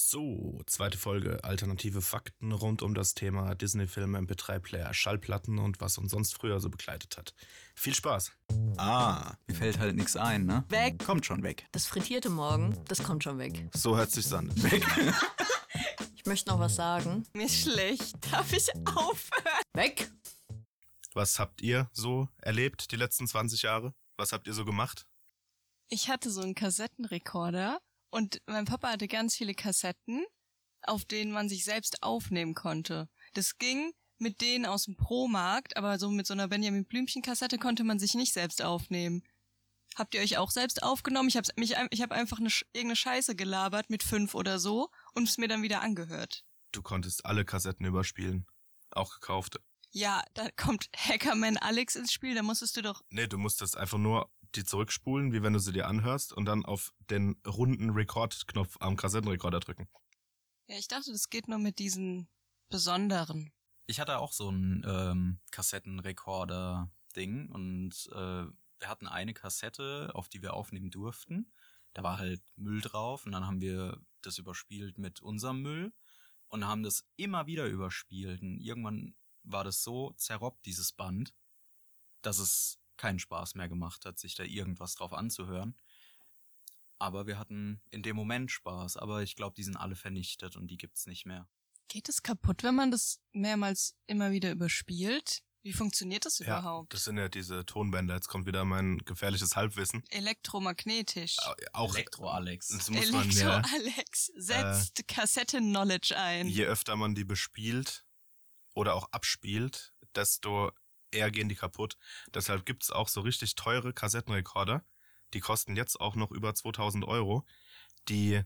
So, zweite Folge, alternative Fakten rund um das Thema Disney-Filme, MP3-Player, Schallplatten und was uns sonst früher so begleitet hat. Viel Spaß! Mir fällt halt nichts ein, ne? Weg. Kommt schon weg. Das frittierte Morgen, das kommt schon weg. So hört sich's an. Weg! Ich möchte noch was sagen. Mir ist schlecht. Darf ich aufhören? Weg! Was habt ihr so erlebt die letzten 20 Jahre? Was habt ihr so gemacht? Ich hatte so einen Kassettenrekorder und mein Papa hatte ganz viele Kassetten, auf denen man sich selbst aufnehmen konnte. Das ging mit denen aus dem Pro-Markt, aber so mit so einer Benjamin Blümchen-Kassette konnte man sich nicht selbst aufnehmen. Habt ihr euch auch selbst aufgenommen? Ich hab einfach irgendeine Scheiße gelabert mit 5 oder so und es mir dann wieder angehört. Du konntest alle Kassetten überspielen. Auch gekaufte. Ja, da kommt Hackerman Alex ins Spiel, da musstest du doch... Nee, du musstest einfach nur die zurückspulen, wie wenn du sie dir anhörst und dann auf den runden Record-Knopf am Kassettenrekorder drücken. Ja, ich dachte, das geht nur mit diesen besonderen. Ich hatte auch so ein Kassettenrekorder-Ding und wir hatten eine Kassette, auf die wir aufnehmen durften. Da war halt Müll drauf und dann haben wir das überspielt mit unserem Müll und haben das immer wieder überspielt. Und irgendwann war das so zerrobbt, dieses Band, dass es keinen Spaß mehr gemacht hat, sich da irgendwas drauf anzuhören. Aber wir hatten in dem Moment Spaß. Aber ich glaube, die sind alle vernichtet und die gibt's nicht mehr. Geht es kaputt, wenn man das mehrmals immer wieder überspielt? Wie funktioniert das überhaupt? Ja, das sind ja diese Tonbänder. Jetzt kommt wieder mein gefährliches Halbwissen. Elektromagnetisch. Auch Elektro-Alex. Das muss man ja. Elektro-Alex setzt Kassetten-Knowledge ein. Je öfter man die bespielt oder auch abspielt, desto eher gehen die kaputt. Deshalb gibt's auch so richtig teure Kassettenrekorder. Die kosten jetzt auch noch über 2000 €. Die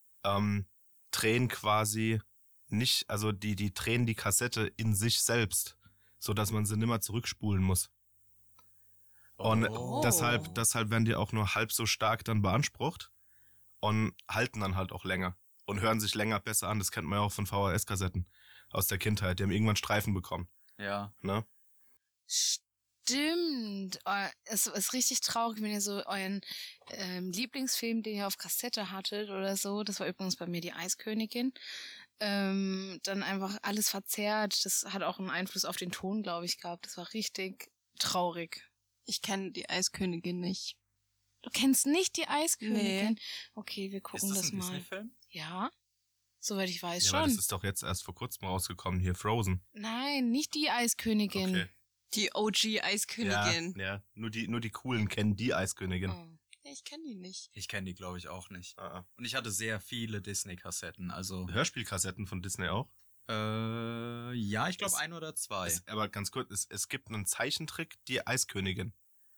drehen quasi nicht, also die drehen die Kassette in sich selbst, so dass man sie nimmer zurückspulen muss. Und deshalb werden die auch nur halb so stark dann beansprucht und halten dann halt auch länger und hören sich länger besser an. Das kennt man ja auch von VHS-Kassetten aus der Kindheit. Die haben irgendwann Streifen bekommen. Ja. Ne? Stimmt. Es ist richtig traurig, wenn ihr so euren Lieblingsfilm, den ihr auf Kassette hattet oder so, das war übrigens bei mir die Eiskönigin, dann einfach alles verzerrt. Das hat auch einen Einfluss auf den Ton, glaube ich, gehabt. Das war richtig traurig. Ich kenne die Eiskönigin nicht. Du kennst nicht die Eiskönigin? Nee. Okay, wir gucken Ist das ein mal. Disney-Film? Ja, soweit ich weiß Ja, schon. aber das ist doch jetzt erst vor kurzem rausgekommen, hier Frozen. Nein, nicht die Eiskönigin. Okay. Die OG-Eiskönigin. Ja, nur die Coolen kennen die Eiskönigin. Oh. Ja, ich kenne die nicht. Ich kenne die, glaube ich, auch nicht. Ah. Und ich hatte sehr viele Disney-Kassetten, also... Hörspielkassetten von Disney auch? Ja, ich glaube 1 oder 2. Aber ganz kurz, es gibt einen Zeichentrick, die Eiskönigin.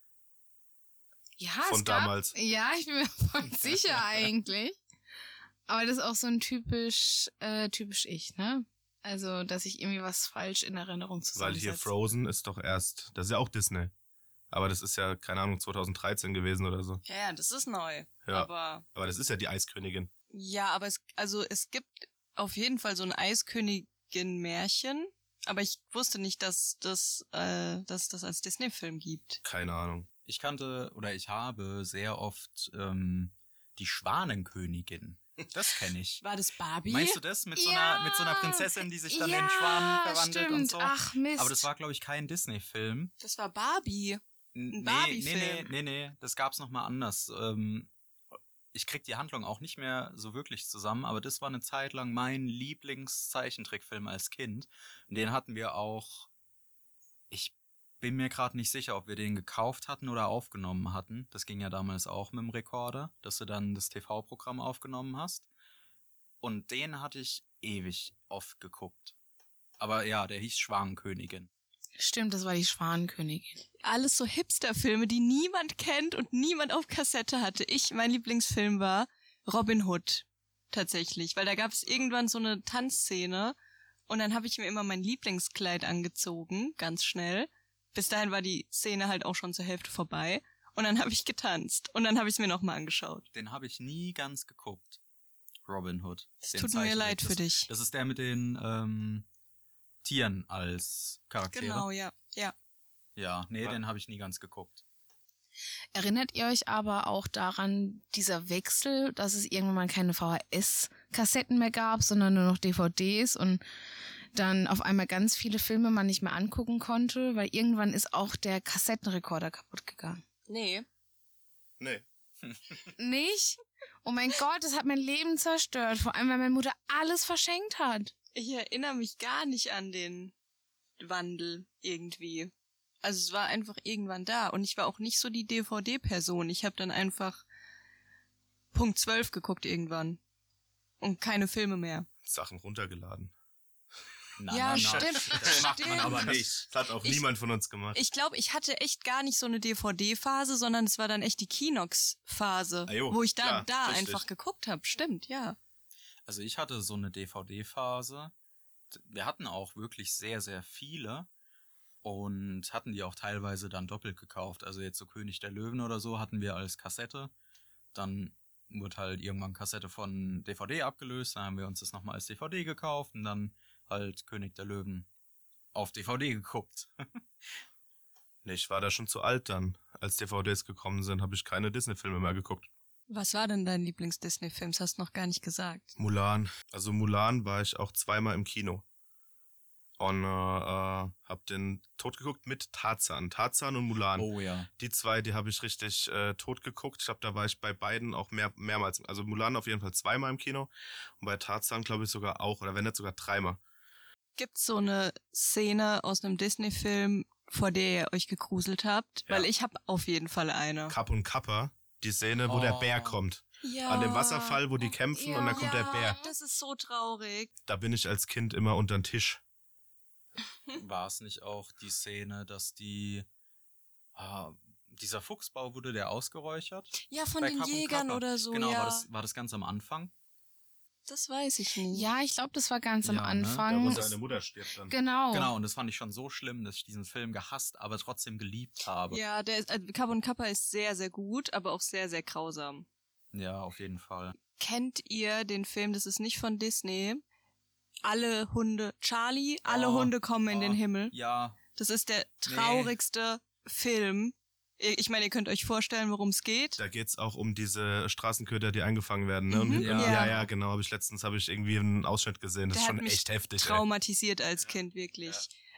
Ja, Von es gab, damals. Ja, ich bin mir voll sicher eigentlich. Aber das ist auch so ein typisch ich, ne? Also, dass ich irgendwie was falsch in Erinnerung Weil zusammensetze. hier Frozen ist doch erst, das ist ja auch Disney. Aber das ist ja, keine Ahnung, 2013 gewesen oder so. Ja, das ist neu. Ja. Aber das ist ja die Eiskönigin. ja, aber es gibt auf jeden Fall so ein Eiskönigin-Märchen. Aber ich wusste nicht, dass das als Disney-Film gibt. Keine Ahnung. Ich habe sehr oft die Schwanenkönigin. Das kenne ich. War das Barbie? Meinst du das? Mit so Ja. einer Prinzessin, die sich dann Ja, in Schwan verwandelt stimmt. und so? Ach, Mist. Aber das war, glaube ich, kein Disney-Film. Das war Barbie. Nee, Barbie-Film. nee, das gab's noch mal anders. Ich krieg die Handlung auch nicht mehr so wirklich zusammen, aber das war eine Zeit lang mein Lieblingszeichentrickfilm als Kind. Den hatten wir auch, ich bin mir gerade nicht sicher, ob wir den gekauft hatten oder aufgenommen hatten. Das ging ja damals auch mit dem Rekorder, dass du dann das TV-Programm aufgenommen hast. Und den hatte ich ewig oft geguckt. Aber ja, der hieß Schwanenkönigin. Stimmt, das war die Schwanenkönigin. Alles so Hipster-Filme, die niemand kennt und niemand auf Kassette hatte. Mein Lieblingsfilm war Robin Hood. Tatsächlich. Weil da gab es irgendwann so eine Tanzszene und dann habe ich mir immer mein Lieblingskleid angezogen, ganz schnell. Bis dahin war die Szene halt auch schon zur Hälfte vorbei. Und dann habe ich getanzt. Und dann habe ich es mir nochmal angeschaut. Den habe ich nie ganz geguckt. Robin Hood. Es tut mir leid für dich. Das ist der mit den Tieren als Charaktere. Genau, ja. Ja, nee, den habe ich nie ganz geguckt. Erinnert ihr euch aber auch daran, dieser Wechsel, dass es irgendwann mal keine VHS-Kassetten mehr gab, sondern nur noch DVDs und dann auf einmal ganz viele Filme man nicht mehr angucken konnte, weil irgendwann ist auch der Kassettenrekorder kaputt gegangen. Nee. Nee. Nicht? Oh mein Gott, das hat mein Leben zerstört, vor allem weil meine Mutter alles verschenkt hat. Ich erinnere mich gar nicht an den Wandel irgendwie. Also es war einfach irgendwann da und ich war auch nicht so die DVD-Person. Ich habe dann einfach Punkt 12 geguckt irgendwann und keine Filme mehr. Sachen runtergeladen. Ja, stimmt. Das macht man aber nicht. nicht. Das hat auch niemand von uns gemacht. Ich glaube, ich hatte echt gar nicht so eine DVD-Phase, sondern es war dann echt die Kinox-Phase, Ah, jo, wo ich klar, da richtig. einfach geguckt habe. Stimmt, ja. Also ich hatte so eine DVD-Phase. Wir hatten auch wirklich sehr, sehr viele und hatten die auch teilweise dann doppelt gekauft. Also jetzt so König der Löwen oder so hatten wir als Kassette. Dann wurde halt irgendwann Kassette von DVD abgelöst. Dann haben wir uns das nochmal als DVD gekauft und dann halt König der Löwen auf DVD geguckt. Nee, ich war da schon zu alt dann. Als DVDs gekommen sind, habe ich keine Disney-Filme mehr geguckt. Was war denn dein Lieblings-Disney-Film? Das hast du noch gar nicht gesagt. Mulan. Also Mulan war ich auch zweimal im Kino. Und hab den tot geguckt mit Tarzan. Tarzan und Mulan. Oh ja. Die zwei, die habe ich richtig tot geguckt. Ich glaube, da war ich bei beiden auch mehrmals. Also Mulan auf jeden Fall zweimal im Kino. Und bei Tarzan glaube ich sogar auch, oder wenn nicht sogar dreimal. Gibt's so eine Szene aus einem Disney-Film, vor der ihr euch gegruselt habt? Ja. Weil ich habe auf jeden Fall eine. Kapp und Kappa. Die Szene, wo der Bär kommt. Ja. An dem Wasserfall, wo die kämpfen und dann kommt der Bär. Das ist so traurig. Da bin ich als Kind immer unter den Tisch. War es nicht auch die Szene, dass dieser Fuchsbau wurde der ausgeräuchert? Ja, von Bei den Kapp und Jägern Kappa. oder so, Genau, ja. war das ganz am Anfang? Das weiß ich nicht. Ja, ich glaube, das war ganz am Ja, ne? Anfang. Da wo seine Mutter stirbt dann. Genau. Genau, und das fand ich schon so schlimm, dass ich diesen Film gehasst, aber trotzdem geliebt habe. Ja, der ist, Kapp und Kappa ist sehr, sehr gut, aber auch sehr, sehr grausam. Ja, auf jeden Fall. Kennt ihr den Film, das ist nicht von Disney, Alle Hunde, Charlie, alle Hunde kommen in den Himmel. Ja, Das ist der traurigste Film. Ich meine, ihr könnt euch vorstellen, worum es geht. Da geht's auch um diese Straßenköter, die eingefangen werden. Ne? Und, Mhm. Ja. ja, genau. Habe ich irgendwie einen Ausschnitt gesehen. Das Der ist hat schon mich echt heftig. Ey. Traumatisiert als Kind, wirklich.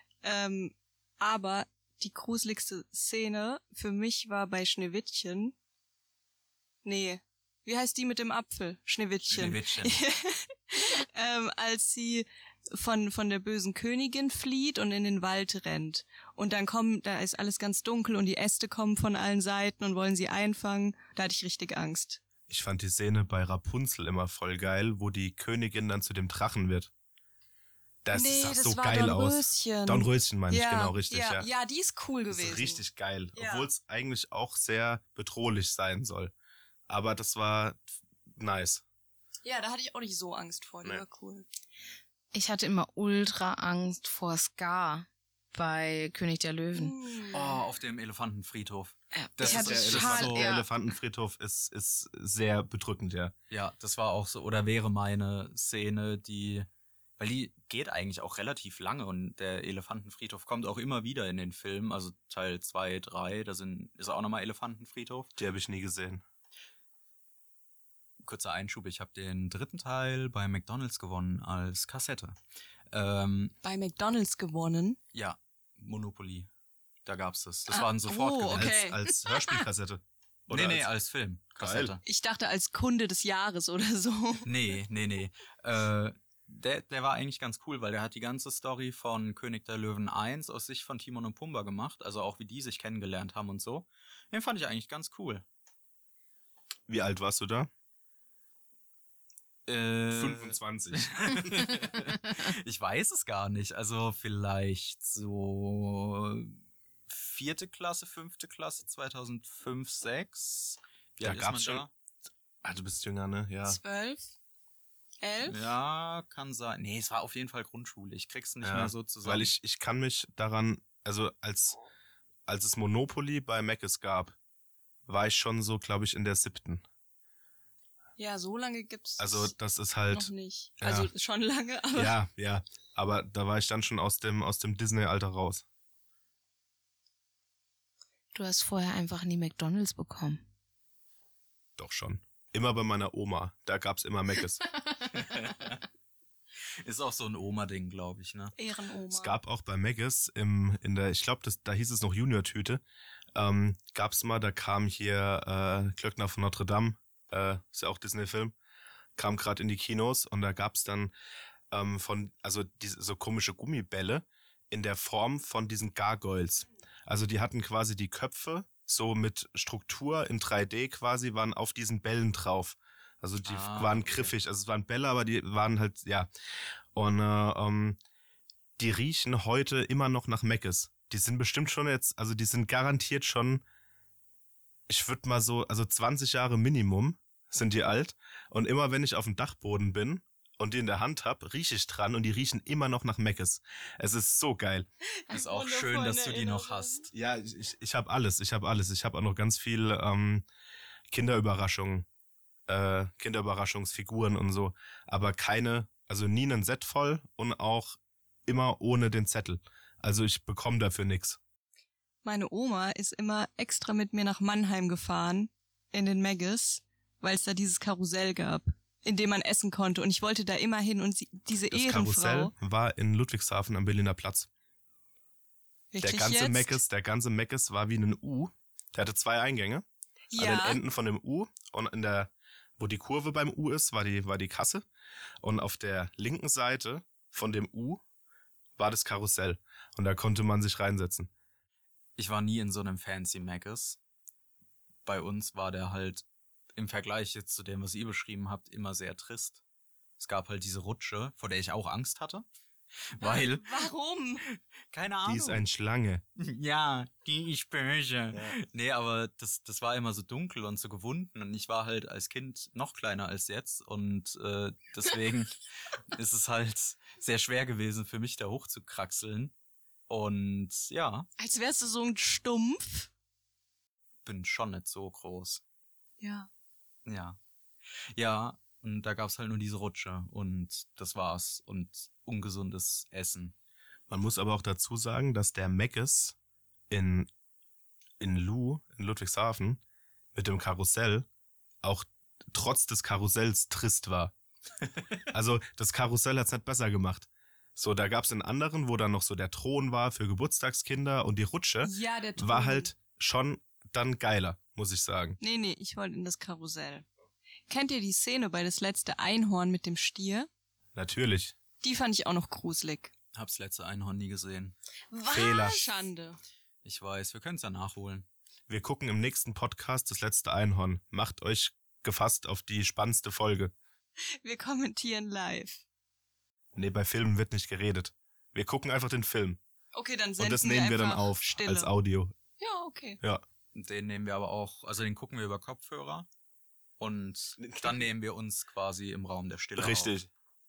Aber die gruseligste Szene für mich war bei Schneewittchen. Nee, wie heißt die mit dem Apfel? Schneewittchen. Schneewittchen. Als sie von der bösen Königin flieht und in den Wald rennt. Und dann da ist alles ganz dunkel und die Äste kommen von allen Seiten und wollen sie einfangen. Da hatte ich richtig Angst. Ich fand die Szene bei Rapunzel immer voll geil, wo die Königin dann zu dem Drachen wird. Das sah so war geil aus. Dornröschen. Dornröschen meine ich, Ja, genau, richtig, ja. Ja, die ist cool Das gewesen. ist richtig geil. Ja. Obwohl es eigentlich auch sehr bedrohlich sein soll. Aber das war nice. Ja, da hatte ich auch nicht so Angst vor. Die Nee. war cool. Ich hatte immer ultra Angst vor Scar bei König der Löwen. Oh, auf dem Elefantenfriedhof. Das ich ist hatte der- das Das war total, so- der ja. Elefantenfriedhof ist sehr bedrückend, ja. Ja, das war auch so, oder wäre meine Szene, weil die geht eigentlich auch relativ lange und der Elefantenfriedhof kommt auch immer wieder in den Filmen, also Teil 2, 3, ist auch nochmal Elefantenfriedhof. Die habe ich nie gesehen. Kurzer Einschub, ich habe den 3. Teil bei McDonald's gewonnen als Kassette. Bei McDonald's gewonnen. Ja, Monopoly. Da gab's das. Das war ein sofort oh, okay. Als Hörspielkassette. Oder Nee, als Film. Kassette. Ich dachte als Kunde des Jahres oder so. Nee. Der war eigentlich ganz cool, weil der hat die ganze Story von König der Löwen 1 aus Sicht von Timon und Pumba gemacht, also auch wie die sich kennengelernt haben und so. Den fand ich eigentlich ganz cool. Wie alt warst du da? 25. Ich weiß es gar nicht. Also vielleicht so 4. Klasse, 5. Klasse, 2005, 6. Wie Da alt ist gab's man schon- Ah, du bist jünger, ne? Ja. 12? 11? Ja, kann sein. Nee, es war auf jeden Fall Grundschule. Ich krieg's nicht Ja, mehr so zusammen. Weil ich kann mich daran, also als es Monopoly bei Mc's gab, war ich schon so, glaube ich, in der 7. Ja, so lange gibt's Also das ist noch halt, nicht. ja. Also schon lange, aber ja, aber da war ich dann schon aus dem Disney-Alter raus. Du hast vorher einfach nie McDonald's bekommen. Doch schon. Immer bei meiner Oma. Da gab's immer Mc's. Ist auch so ein Oma-Ding, glaube ich, ne? Ehrenoma. Es gab auch bei Mc's ich glaube, da hieß es noch Junior-Tüte, gab's mal, da kam hier Glöckner von Notre Dame, ist ja auch Disney-Film, kam gerade in die Kinos und da gab's dann diese so komische Gummibälle in der Form von diesen Gargoyles. Also die hatten quasi die Köpfe so mit Struktur in 3D quasi, waren auf diesen Bällen drauf. Also die waren griffig, also es waren Bälle, aber die waren halt, ja. Und die riechen heute immer noch nach Mc's. Die sind bestimmt schon jetzt, also die sind garantiert schon, ich würde mal so, also 20 Jahre Minimum sind die alt. Und immer wenn ich auf dem Dachboden bin und die in der Hand habe, rieche ich dran und die riechen immer noch nach Mc's. Es ist so geil. Ist auch schön, dass du die noch hast. Ja, ich habe alles. Ich habe auch noch ganz viel Kinderüberraschungsfiguren und so. Aber also nie ein Set voll und auch immer ohne den Zettel. Also ich bekomme dafür nichts. Meine Oma ist immer extra mit mir nach Mannheim gefahren, in den Mc's, weil es da dieses Karussell gab, in dem man essen konnte. Und ich wollte da immer hin und diese Das Ehrenfrau... Karussell war in Ludwigshafen am Berliner Platz. Wirklich Der ganze jetzt? Mc's war wie ein U. Der hatte 2 Eingänge. An den Enden von dem U und wo die Kurve beim U ist, war die Kasse. Und auf der linken Seite von dem U war das Karussell. Und da konnte man sich reinsetzen. Ich war nie in so einem fancy Mc's. Bei uns war der halt im Vergleich jetzt zu dem, was ihr beschrieben habt, immer sehr trist. Es gab halt diese Rutsche, vor der ich auch Angst hatte. Weil, Warum? keine Ahnung. Die ist eine Schlange. Ja, die ist böse. Ja. Nee, aber das war immer so dunkel und so gewunden und ich war halt als Kind noch kleiner als jetzt und deswegen ist es halt sehr schwer gewesen für mich, da hochzukraxeln und ja. Als wärst du so ein Stumpf. Bin schon nicht so groß. Ja. Ja. Ja, und da gab's halt nur diese Rutsche und das war's und ungesundes Essen. Man muss aber auch dazu sagen, dass der Mc's in Ludwigshafen mit dem Karussell auch trotz des Karussells trist war. Also das Karussell hat's nicht besser gemacht. So, da gab's einen anderen, wo dann noch so der Thron war für Geburtstagskinder und die Rutsche Ja, der Thron. war halt schon dann geiler, muss ich sagen. Nee, ich wollte in das Karussell. Kennt ihr die Szene bei Das letzte Einhorn mit dem Stier? Natürlich. Die fand ich auch noch gruselig. Hab's letzte Einhorn nie gesehen. Was? Fehler. Schande. Ich weiß, wir können's ja nachholen. Wir gucken im nächsten Podcast das letzte Einhorn. Macht euch gefasst auf die spannendste Folge. Wir kommentieren live. Nee, bei Filmen wird nicht geredet. Wir gucken einfach den Film. Okay, dann senden Und das nehmen wir dann einfach auf Stille. als Audio. Ja, okay. Ja. Den nehmen wir aber auch, also den gucken wir über Kopfhörer und dann nehmen wir uns quasi im Raum der Stille Richtig.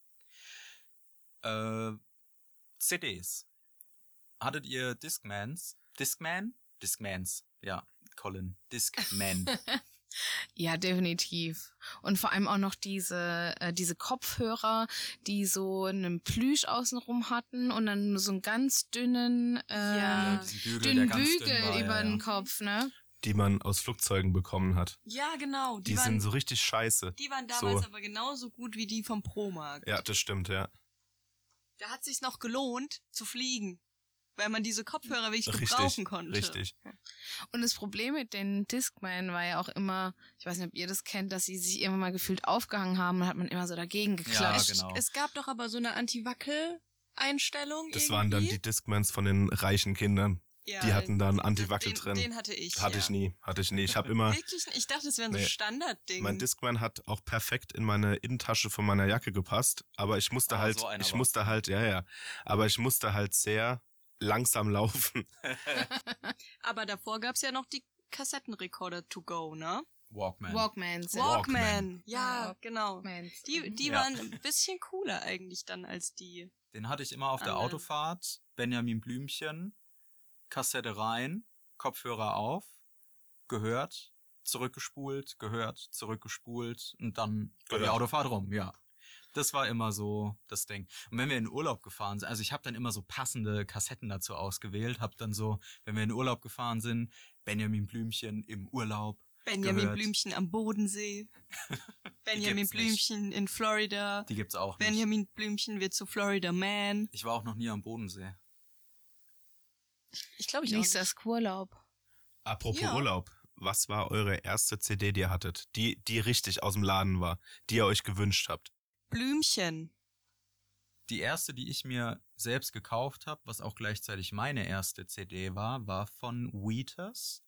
auf. CDs. Hattet ihr Discmans? Discmans, ja, Colin. Discman. Ja, definitiv. Und vor allem auch noch diese Kopfhörer, die so einen Plüsch außenrum hatten und dann so einen ganz dünnen, Diesen Bügel, der dünnen ganz dünn Bügel war, über ja. den Kopf, ne? Die man aus Flugzeugen bekommen hat. Ja, genau. Die sind so richtig scheiße. Die waren damals so. aber genauso gut wie die vom Promarkt. Ja, das stimmt, ja. Da hat sich's noch gelohnt zu fliegen, weil man diese Kopfhörer wirklich Richtig, gebrauchen konnte. richtig. Und das Problem mit den Discman war ja auch immer, ich weiß nicht, ob ihr das kennt, dass sie sich irgendwann mal gefühlt aufgehangen haben und hat man immer so dagegen geklatscht. Ja, genau. Es gab doch aber so eine Anti-Wackel-Einstellung Das irgendwie. waren dann die Discmans von den reichen Kindern. Ja, Die hatten da einen Anti-Wackel drin. Den hatte ich. Hatte ich nie. Ich habe immer... Wirklich? Ich dachte, das wären so Nee. Standarddinge. Mein Discman hat auch perfekt in meine Innentasche von meiner Jacke gepasst, aber ich musste Ah, halt, so einer ich war's. musste halt, aber ich musste halt sehr langsam laufen. Aber davor gab's ja noch die Kassettenrekorder to go, ne? Walkman. Walkmans. Walkman. Walkman. Ja, Ja, genau. Walkmans. Die Ja. waren ein bisschen cooler eigentlich dann als die. Den hatte ich immer auf der Alle. Autofahrt. Benjamin Blümchen, Kassette rein, Kopfhörer auf, gehört, zurückgespult und dann war die Gehört. Autofahrt rum, ja. Das war immer so das Ding. Und wenn wir in Urlaub gefahren sind, also ich habe dann immer so passende Kassetten dazu ausgewählt, habe dann so, wenn wir in Urlaub gefahren sind, Benjamin Blümchen im Urlaub Benjamin gehört. Blümchen am Bodensee. Benjamin gibt's nicht. Blümchen in Florida. Die gibt's auch nicht. Benjamin Blümchen wird zu Florida Man. Ich war auch noch nie am Bodensee. Ich glaube, ich auch Nächster nicht. ist Urlaub. Apropos Ja. Urlaub, was war eure erste CD, die ihr hattet? Die richtig aus dem Laden war, die ihr euch gewünscht habt? Blümchen. Die erste, die ich mir selbst gekauft habe, was auch gleichzeitig meine erste CD war von Wheatus.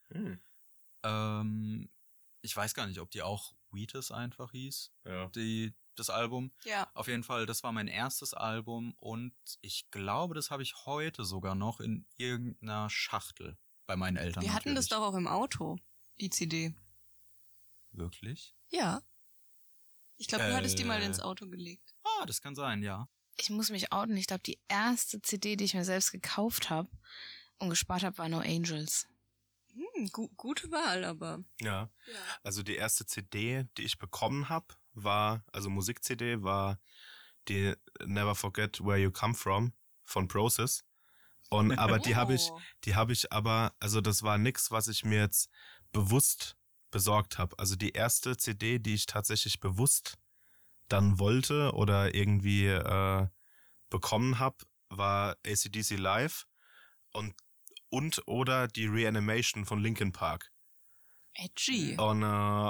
Ich weiß gar nicht, ob die auch Wheatus einfach hieß, Ja. das Album. Ja. Auf jeden Fall, das war mein erstes Album und ich glaube, das habe ich heute sogar noch in irgendeiner Schachtel bei meinen Eltern. Wir hatten das natürlich. doch auch im Auto, die CD. Wirklich? Ja. Ich glaube, du hattest die mal Äh. ins Auto gelegt. Ah, das kann sein, ja. Ich muss mich outen. Ich glaube, die erste CD, die ich mir selbst gekauft habe und gespart habe, war No Angels. Gute Wahl, aber. Ja. Also die erste CD, die ich bekommen habe, also Musik-CD, war die Never Forget Where You Come From von Process. Und aber die habe ich aber, also das war nix, was ich mir jetzt bewusst besorgt habe. Also die erste CD, die ich tatsächlich bewusst dann wollte oder irgendwie bekommen habe, war AC/DC Live und oder die Reanimation von Linkin Park. Edgy. Und,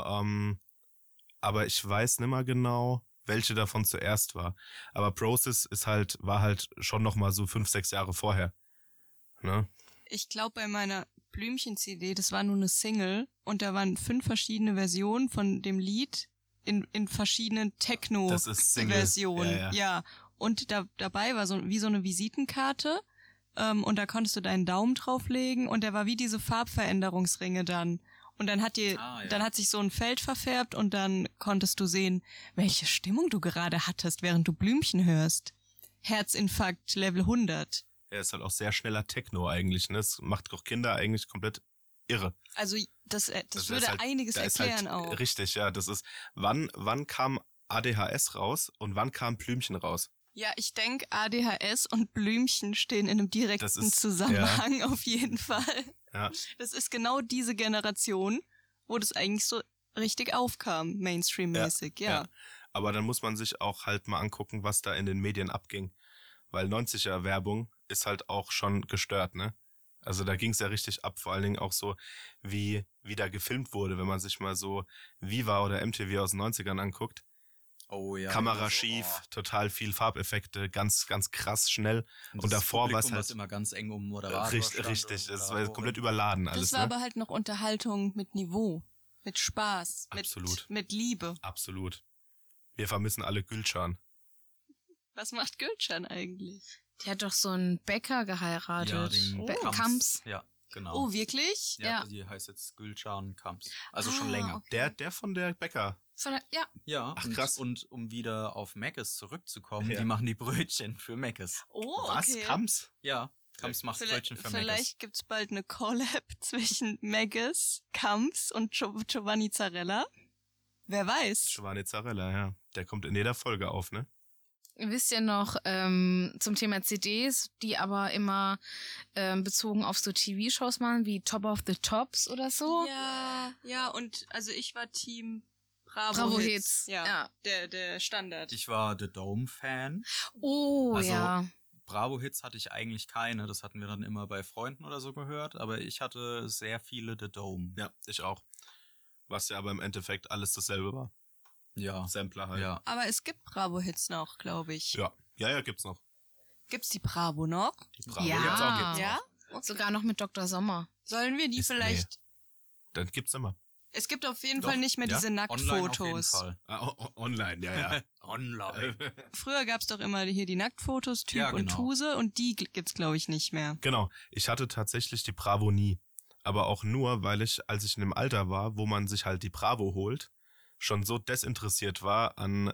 aber ich weiß nicht mehr genau, welche davon zuerst war. Aber Process war halt schon noch mal so 5, 6 Jahre vorher. Ne? Ich glaube, bei meiner Blümchen-CD, das war nur eine Single und da waren 5 verschiedene Versionen von dem Lied in verschiedenen Das ist Single. Techno-Versionen. Ja. Und dabei war wie so eine Visitenkarte und da konntest du deinen Daumen drauflegen und der war wie diese Farbveränderungsringe dann. Und dann dann hat sich so ein Feld verfärbt und dann konntest du sehen, welche Stimmung du gerade hattest, während du Blümchen hörst. Herzinfarkt Level 100. Er ist halt auch sehr schneller Techno eigentlich. Ne? Das macht auch Kinder eigentlich komplett irre. Also das Also würde ist halt- einiges da ist erklären halt, auch. Richtig, ja. Das ist, wann kam ADHS raus und wann kam Blümchen raus? Ja, ich denke, ADHS und Blümchen stehen in einem direkten Das ist- Zusammenhang auf jeden Fall. Ja. Das ist genau diese Generation, wo das eigentlich so richtig aufkam, Mainstream-mäßig, ja. Aber dann muss man sich auch halt mal angucken, was da in den Medien abging. Weil 90er Werbung ist halt auch schon gestört, ne? Also da ging's ja richtig ab, vor allen Dingen auch so, wie da gefilmt wurde, wenn man sich mal so Viva oder MTV aus den 90ern anguckt. Oh ja. Kamera immer so, schief, oh. total viel Farbeffekte, ganz, ganz krass schnell. Und das davor war's Publikum, halt was immer ganz eng um Moderator richtig, stand das oder war komplett überladen alles, Das war ne? aber halt noch Unterhaltung mit Niveau, mit Spaß, Absolut. mit Liebe. Absolut. Wir vermissen alle Gülcan. Was macht Gülcan eigentlich? Die hat doch so einen Bäcker geheiratet. Ja, den Kamps. Ja, genau. Oh, wirklich? ja, ja. die heißt jetzt Gülcan Kamps. Also schon länger. Okay. Der von der Bäcker. Ja, Ja, Ach, und, krass. und um wieder auf Mc's zurückzukommen, Ja. die machen die Brötchen für Mc's. Oh, Was? okay. Kamps? Ja, Kamps macht Brötchen für Mc's. Vielleicht gibt's bald eine Collab zwischen Maggis, Kamps und Giovanni Zarella. Wer weiß. Giovanni Zarella, ja. Der kommt in jeder Folge auf, ne? wisst ihr noch, zum Thema CDs, die aber immer bezogen auf so TV-Shows waren, wie Top of the Tops oder so? Ja, und also ich war Team Bravo, Bravo Hits. Hits. Ja, Ja. Der Standard. Ich war The Dome-Fan. Oh, Also, ja. Bravo-Hits hatte ich eigentlich keine. Das hatten wir dann immer bei Freunden oder so gehört. Aber ich hatte sehr viele The Dome. Ja, ich auch. Was ja aber im Endeffekt alles dasselbe war. Ja. Sampler halt. Ja. Aber es gibt Bravo-Hits noch, glaube ich. Ja, gibt's noch. Gibt's die Bravo noch? Die Bravo Ja. gibt's auch. Gibt's Ja? noch. Sogar noch mit Dr. Sommer. Sollen wir die Ist- vielleicht... Dann gibt's immer. Es gibt auf jeden Doch, Fall nicht mehr ja. diese Online auf jeden Nacktfotos. Fall. Online, ja, ja. Online. Früher gab's doch immer hier die Nacktfotos, Typ Ja, und genau. Tuse, und die gibt's, glaube ich, nicht mehr. Genau. Ich hatte tatsächlich die Bravo nie. Aber auch nur, weil ich, als ich in dem Alter war, wo man sich halt die Bravo holt, schon so desinteressiert war an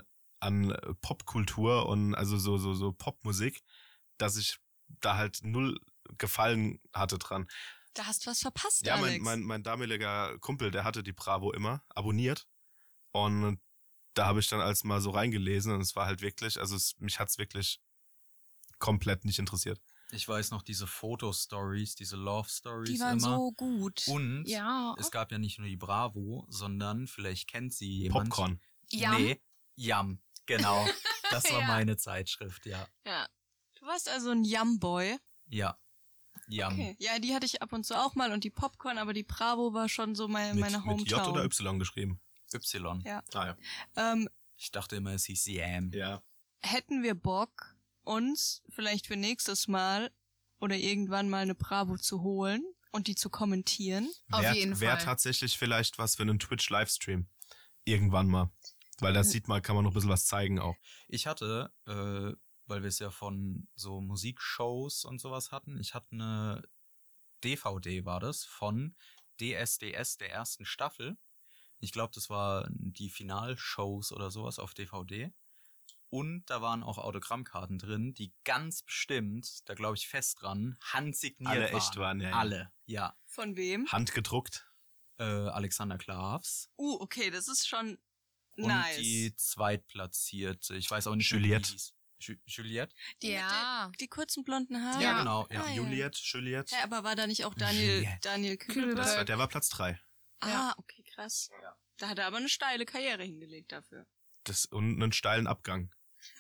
Popkultur und also so Popmusik, dass ich da halt null Gefallen hatte dran. Da hast du was verpasst, Ja, Alex. mein damaliger Kumpel, der hatte die Bravo immer abonniert und da habe ich dann als mal so reingelesen und es war halt wirklich, also mich hat's wirklich komplett nicht interessiert. Ich weiß noch, diese Foto-Stories, diese Love-Stories Die waren immer. so gut. Und Ja. es gab ja nicht nur die Bravo, sondern vielleicht kennt sie jemand. Popcorn. Yum. Nee, Yum, genau. Das war Ja. meine Zeitschrift, ja. Ja. Du warst also ein Yum-Boy. Ja, Yum. Okay. Ja, die hatte ich ab und zu auch mal und die Popcorn, aber die Bravo war schon so meine Mit Hometown. J oder Y geschrieben? Y. Ja. Ah ja. Ich dachte immer, es hieß Yam. Ja. Hätten wir Bock, uns vielleicht für nächstes Mal oder irgendwann mal eine Bravo zu holen und die zu kommentieren? Auf jeden Wäre Fall. tatsächlich vielleicht was für einen Twitch-Livestream. Irgendwann mal. Weil da sieht man, kann man noch ein bisschen was zeigen auch. Ich hatte, weil wir es ja von so Musikshows und sowas hatten, ich hatte eine DVD, war das, von DSDS der ersten Staffel. Ich glaube, das war die Finalshows oder sowas auf DVD. Und da waren auch Autogrammkarten drin, die ganz bestimmt, da glaube ich fest dran, handsigniert Alle waren. echt waren, ja, ja. Alle, ja. Von wem? Handgedruckt. Alexander Klavs. Okay, das ist schon Und nice. die zweitplatzierte, ich weiß auch nicht, Juliette. wie die hieß. Juliette? Ja. Die kurzen blonden Haare? Ja, genau. Ja. Ah, ja. Juliette. Hä, aber war da nicht auch Juliette. Daniel Kübelberg? Der war Platz 3. Ah, okay, krass. Da hat er aber eine steile Karriere hingelegt dafür. Und einen steilen Abgang.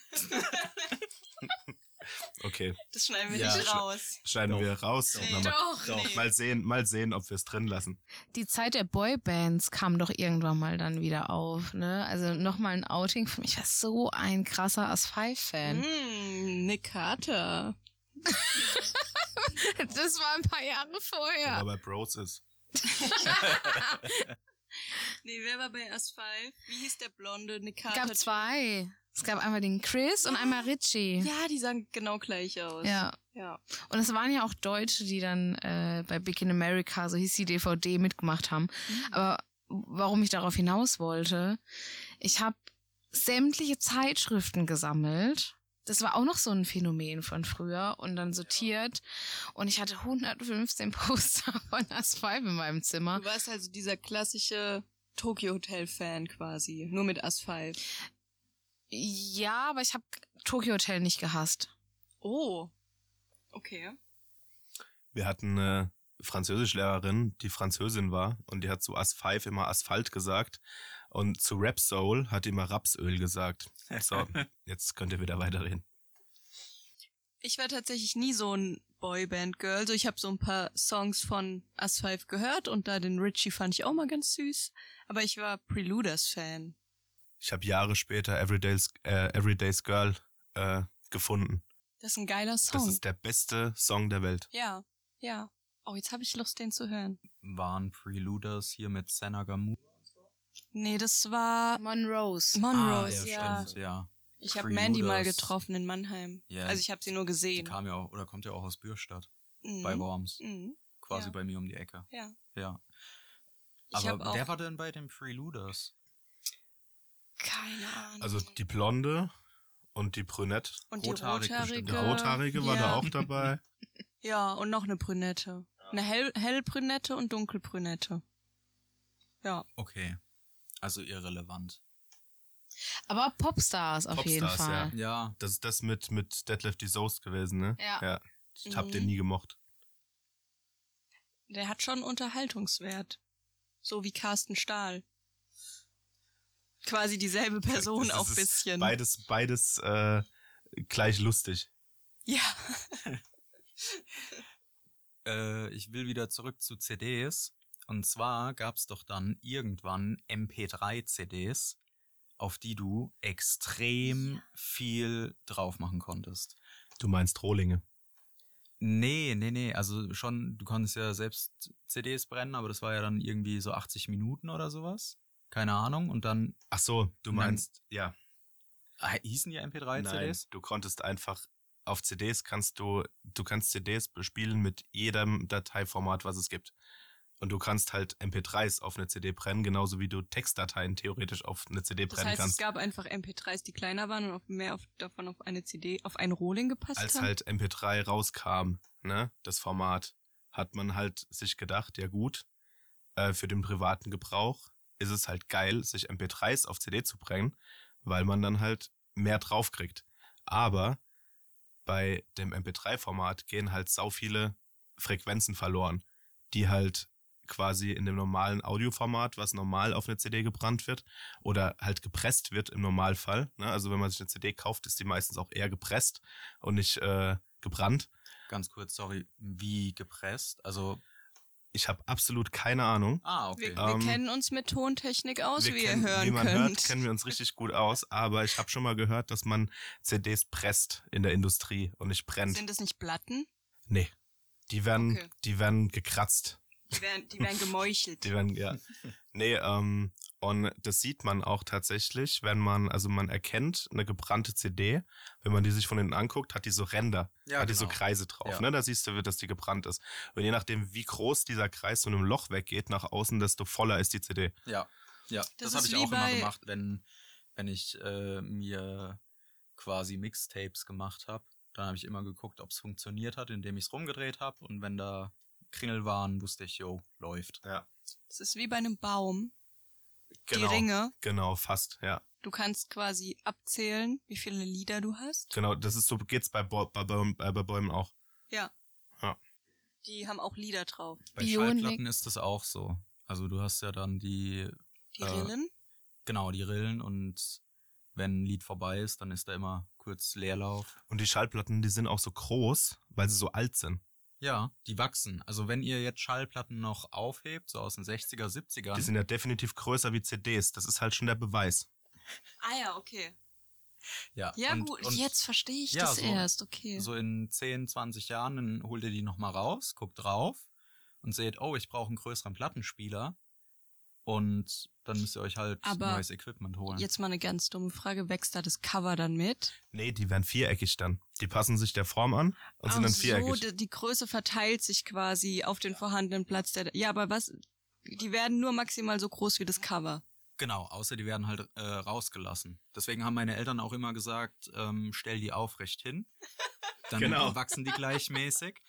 Okay, Das schneiden wir Ja. nicht raus. schneiden Doch. wir raus. Doch. Und Doch. Doch. mal sehen, ob wir es drin lassen. Die Zeit der Boybands kam doch irgendwann mal dann wieder auf, ne? Also nochmal ein Outing für mich. Ich war so ein krasser As-5-Fan. Nick Carter. Das war ein paar Jahre vorher. Aber bei Bros ist. Nee, wer war bei As 5? Wie hieß der blonde Nick Es Carter? gab 2. Es gab einmal den Chris und einmal Richie. Ja, die sahen genau gleich aus. Ja. Ja. Und es waren ja auch Deutsche, die dann bei Big in America, so hieß die DVD, mitgemacht haben. Aber warum ich darauf hinaus wollte, ich habe sämtliche Zeitschriften gesammelt. Das war auch noch so ein Phänomen von früher und dann sortiert. Und ich hatte 115 Poster von As-5 in meinem Zimmer. Du warst also dieser klassische Tokyo Hotel Fan quasi, nur mit As 5. Ja, aber ich habe Tokyo Hotel nicht gehasst. Oh. Okay. Wir hatten eine Französischlehrerin, die Französin war und die hat zu As-5 immer Asphalt gesagt und zu Rap Soul hat die immer Rapsöl gesagt. So, jetzt könnt ihr wieder weiterreden. Ich war tatsächlich nie so ein Boyband-Girl. So, ich habe so ein paar Songs von As 5 gehört und da den Richie fand ich auch mal ganz süß. Aber ich war Preluders-Fan. Ich habe Jahre später Everyday's Girl gefunden. Das ist ein geiler Das Song. ist der beste Song der Welt. Ja, ja. Oh, jetzt habe ich Lust, den zu hören. Waren Preluders hier mit Senna Gamu. Nee, das war Monrose. Monrose, ja. Stimmt, ja. Ich habe Mandy mal Preluders. getroffen in Mannheim. Ja. Also ich habe sie nur Die gesehen. kam ja auch, oder kommt ja auch aus Bürstadt. Mhm. Bei Worms. Mhm. Quasi Ja. bei mir um die Ecke. Ja. Ja. Ich hab Aber auch wer war denn bei den Preluders? keine Ahnung. Also die Blonde und die Brünette. und die Rothaarig bestimmt. Die rothaarige. Rothaarige war da auch dabei. Ja, und noch eine Brünette. Eine hellbrünette und dunkelbrünette. Ja. Okay. Also irrelevant. Aber Popstars auf jeden Popstars, Fall. Ja. Das ist das mit Deadlift die Soest gewesen, ne? Ja. Ich hab Mhm. den nie gemocht. Der hat schon Unterhaltungswert. So wie Carsten Stahl. Quasi dieselbe Person Das auch ist bisschen. Beides gleich lustig. Ja. Ich will wieder zurück zu CDs. Und zwar gab's doch dann irgendwann MP3-CDs, auf die du extrem viel drauf machen konntest. Du meinst Rohlinge. Nee. Also schon, du konntest ja selbst CDs brennen, aber das war ja dann irgendwie so 80 Minuten oder sowas. Keine Ahnung. Und dann Ach so, du meinst, ja. hießen die Nein, MP3-CDs? du konntest einfach auf CDs du kannst CDs bespielen mit jedem Dateiformat, was es gibt. Und du kannst halt MP3s auf eine CD brennen, genauso wie du Textdateien theoretisch auf eine CD Das brennen heißt, es kannst. gab einfach MP3s, die kleiner waren und davon auf eine CD, auf ein Rohling gepasst Als haben. halt MP3 rauskam, ne, das Format, hat man halt sich gedacht, ja gut, für den privaten Gebrauch ist es halt geil, sich MP3s auf CD zu bringen, weil man dann halt mehr drauf kriegt. Aber bei dem MP3-Format gehen halt sau viele Frequenzen verloren, die halt quasi in dem normalen Audioformat, was normal auf eine CD gebrannt wird oder halt gepresst wird im Normalfall. Ne? Also wenn man sich eine CD kauft, ist die meistens auch eher gepresst und nicht gebrannt. Ganz kurz, sorry, wie gepresst? Also, Ich habe absolut keine Ahnung. okay. Wir kennen uns mit Tontechnik aus, wie ihr hören wie man könnt. hört, kennen wir uns richtig gut aus, aber ich habe schon mal gehört, dass man CDs presst in der Industrie und nicht brennt. Sind das nicht Platten? Nee, die werden, Okay. die werden gekratzt. Die werden gemeuchelt. Die werden, ja. Nee, und das sieht man auch tatsächlich, wenn man erkennt eine gebrannte CD, wenn man die sich von hinten anguckt, hat die so Ränder, Ja, hat die so genau. Kreise drauf, Ja. ne? Da siehst du, dass die gebrannt ist. Und je nachdem, wie groß dieser Kreis zu einem Loch weggeht nach außen, desto voller ist die CD. Ja, Das das habe ist ich wie auch immer bei- gemacht, wenn ich mir quasi Mixtapes gemacht habe. Dann habe ich immer geguckt, ob es funktioniert hat, indem ich es rumgedreht habe. Und wenn da Kringel waren, wusste ich, jo, läuft. Ja. Das ist wie bei einem Baum. Genau. Die Ringe. Genau, fast, ja. Du kannst quasi abzählen, wie viele Lieder du hast. Genau, das ist so, geht's bei Bäumen auch. Ja. Ja. Die haben auch Lieder drauf. Bei Bionik. Schallplatten ist das auch so. Also du hast ja dann die Die Rillen. Rillen und wenn ein Lied vorbei ist, dann ist da immer kurz Leerlauf. Und die Schallplatten, die sind auch so groß, weil sie so alt sind. Ja, die wachsen. Also wenn ihr jetzt Schallplatten noch aufhebt, so aus den 60er, 70ern. Die sind ja definitiv größer wie CDs. Das ist halt schon der Beweis. Ah ja, okay. ja, Ja und, gut, und jetzt verstehe ich ja, das so- erst, okay. So in 10, 20 Jahren, dann holt ihr die nochmal raus, guckt drauf und seht, oh, ich brauche einen größeren Plattenspieler. Und dann müsst ihr euch halt Aber neues Equipment holen. Jetzt mal eine ganz dumme Frage, wächst da das Cover dann mit? Nee, die werden viereckig dann. Die passen sich der Form an und sind dann viereckig. So, die Größe verteilt sich quasi auf den vorhandenen Platz. Ja, aber was? Die werden nur maximal so groß wie das Cover. Genau, außer die werden halt rausgelassen. Deswegen haben meine Eltern auch immer gesagt, stell die aufrecht hin. Dann Genau. wachsen die gleichmäßig.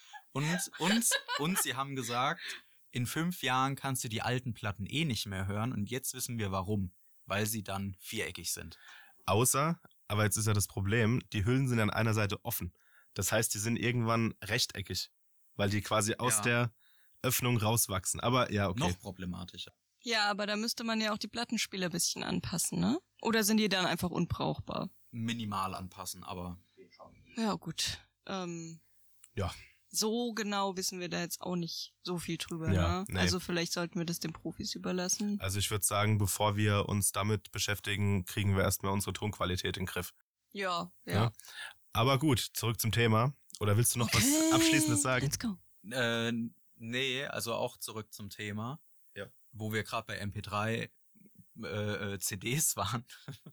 Und sie haben gesagt, in 5 Jahren kannst du die alten Platten eh nicht mehr hören. Und jetzt wissen wir warum. Weil sie dann viereckig sind. Außer, aber jetzt ist ja das Problem, die Hüllen sind an einer Seite offen. Das heißt, die sind irgendwann rechteckig, weil die quasi aus Ja. der Öffnung rauswachsen. Aber ja, okay. Noch problematischer. Ja, aber da müsste man ja auch die Plattenspieler ein bisschen anpassen, ne? Oder sind die dann einfach unbrauchbar? Minimal anpassen, aber Ja, gut. Ja. So genau wissen wir da jetzt auch nicht so viel drüber, Ja, ne? nee. Also vielleicht sollten wir das den Profis überlassen. Also ich würde sagen, bevor wir uns damit beschäftigen, kriegen wir erstmal unsere Tonqualität in den Griff. Ja, ja. Ja. Aber gut, zurück zum Thema. Oder willst du noch was Abschließendes sagen? Let's go. nee, also auch zurück zum Thema. Ja. Wo wir gerade bei MP3 CDs waren.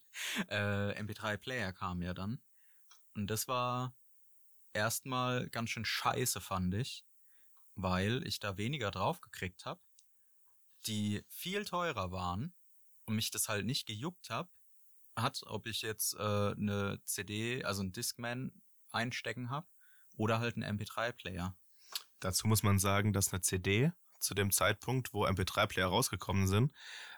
MP3-Player kam ja dann. Und das war erstmal ganz schön scheiße, fand ich, weil ich da weniger drauf gekriegt habe, die viel teurer waren und mich das halt nicht gejuckt hat, ob ich jetzt eine CD, also einen Discman einstecken habe oder halt einen MP3-Player. Dazu muss man sagen, dass eine CD zu dem Zeitpunkt, wo MP3-Player rausgekommen sind,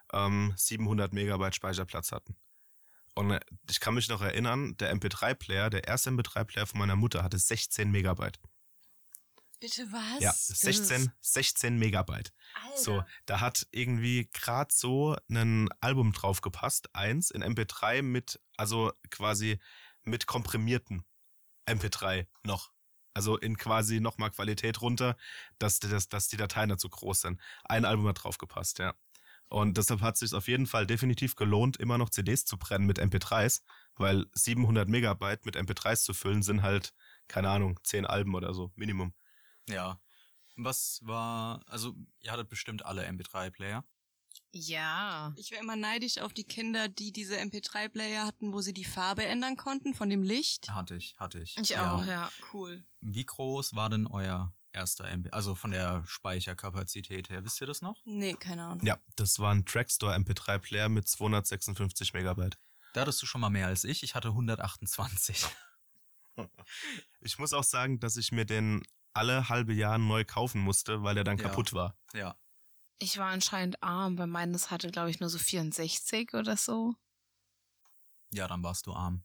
700 Megabyte Speicherplatz hatten. Und ich kann mich noch erinnern, der MP3-Player, der erste MP3-Player von meiner Mutter hatte 16 Megabyte. Bitte was? Ja, 16 Megabyte. Alter. So, da hat irgendwie gerade so ein Album drauf gepasst, eins in MP3 mit, also quasi mit komprimierten MP3 noch. Also in quasi nochmal Qualität runter, dass die Dateien nicht so groß sind. Ein Album hat drauf gepasst, ja. Und deshalb hat es sich auf jeden Fall definitiv gelohnt, immer noch CDs zu brennen mit MP3s, weil 700 Megabyte mit MP3s zu füllen sind halt, keine Ahnung, 10 Alben oder so, Minimum. Ja. Was war, also ihr hattet bestimmt alle MP3-Player. Ja. Ich wäre immer neidisch auf die Kinder, die diese MP3-Player hatten, wo sie die Farbe ändern konnten von dem Licht. Hatte ich. Ich auch, ja. Cool. Wie groß war denn euer erster MP, also von der Speicherkapazität her, wisst ihr das noch? Nee, keine Ahnung. Ja, das war ein Trackstore MP3-Player mit 256 Megabyte. Da hattest du schon mal mehr als ich. Ich hatte 128. Ich muss auch sagen, dass ich mir den alle halbe Jahr neu kaufen musste, weil er dann Ja. kaputt war. Ja. Ich war anscheinend arm, weil meines hatte, glaube ich, nur so 64 oder so. Ja, dann warst du arm.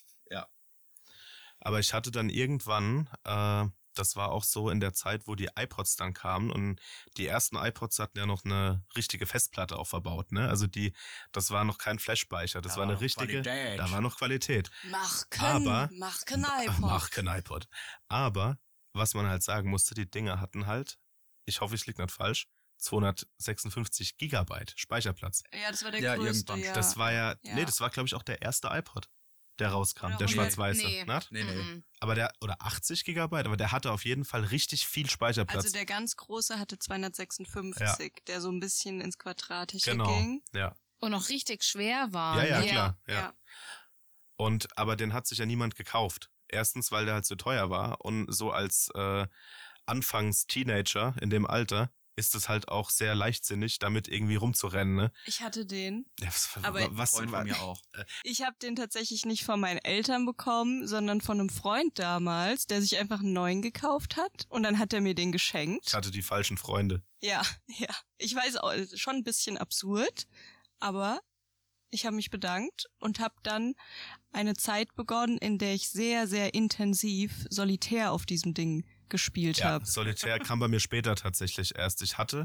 Aber ich hatte dann irgendwann, das war auch so in der Zeit, wo die iPods dann kamen und die ersten iPods hatten ja noch eine richtige Festplatte auch verbaut, ne? Also das war noch kein Flashspeicher, das Da war war eine noch richtige, Qualität. da war noch Qualität. Mach Aber- kein iPod. Mach kein iPod. Aber, was man halt sagen musste, die Dinger hatten halt, ich hoffe, ich liege nicht falsch, 256 Gigabyte Speicherplatz. Ja, das war der Ja, größte, irgendwann. ja. Das war Ja. das war, glaube ich, auch der erste iPod, der rauskam, Oder der nee, schwarz-weiße. nee. Ne? Nee. Mhm. Aber oder 80 Gigabyte, aber der hatte auf jeden Fall richtig viel Speicherplatz. Also der ganz große hatte 256, der so ein bisschen ins Quadratische Genau, ging. ja. Und auch richtig schwer war. Ja, ja, ne? klar, ja. Aber den hat sich ja niemand gekauft. Erstens, weil der halt so teuer war und so als Anfangs-Teenager in dem Alter ist es halt auch sehr leichtsinnig, damit irgendwie rumzurennen, ne? Ich hatte den. Ja, Aber Freund von mir auch. Ich habe den tatsächlich nicht von meinen Eltern bekommen, sondern von einem Freund damals, der sich einfach einen neuen gekauft hat und dann hat er mir den Ich geschenkt. hatte die falschen Freunde. Ja. Ich weiß auch, schon ein bisschen absurd, aber ich habe mich bedankt und habe dann eine Zeit begonnen, in der ich sehr, sehr intensiv solitär auf diesem Ding gespielt Ja, habe. Solitär kam bei mir später tatsächlich erst. Ich hatte,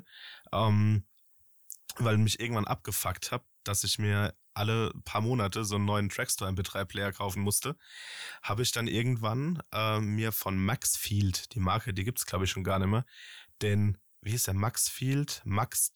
weil mich irgendwann abgefuckt habe, dass ich mir alle paar Monate so einen neuen Trackstore MP3-Player kaufen musste, habe ich dann irgendwann mir von Maxfield, die Marke, die gibt's glaube ich schon gar nicht mehr, den, wie hieß der, Max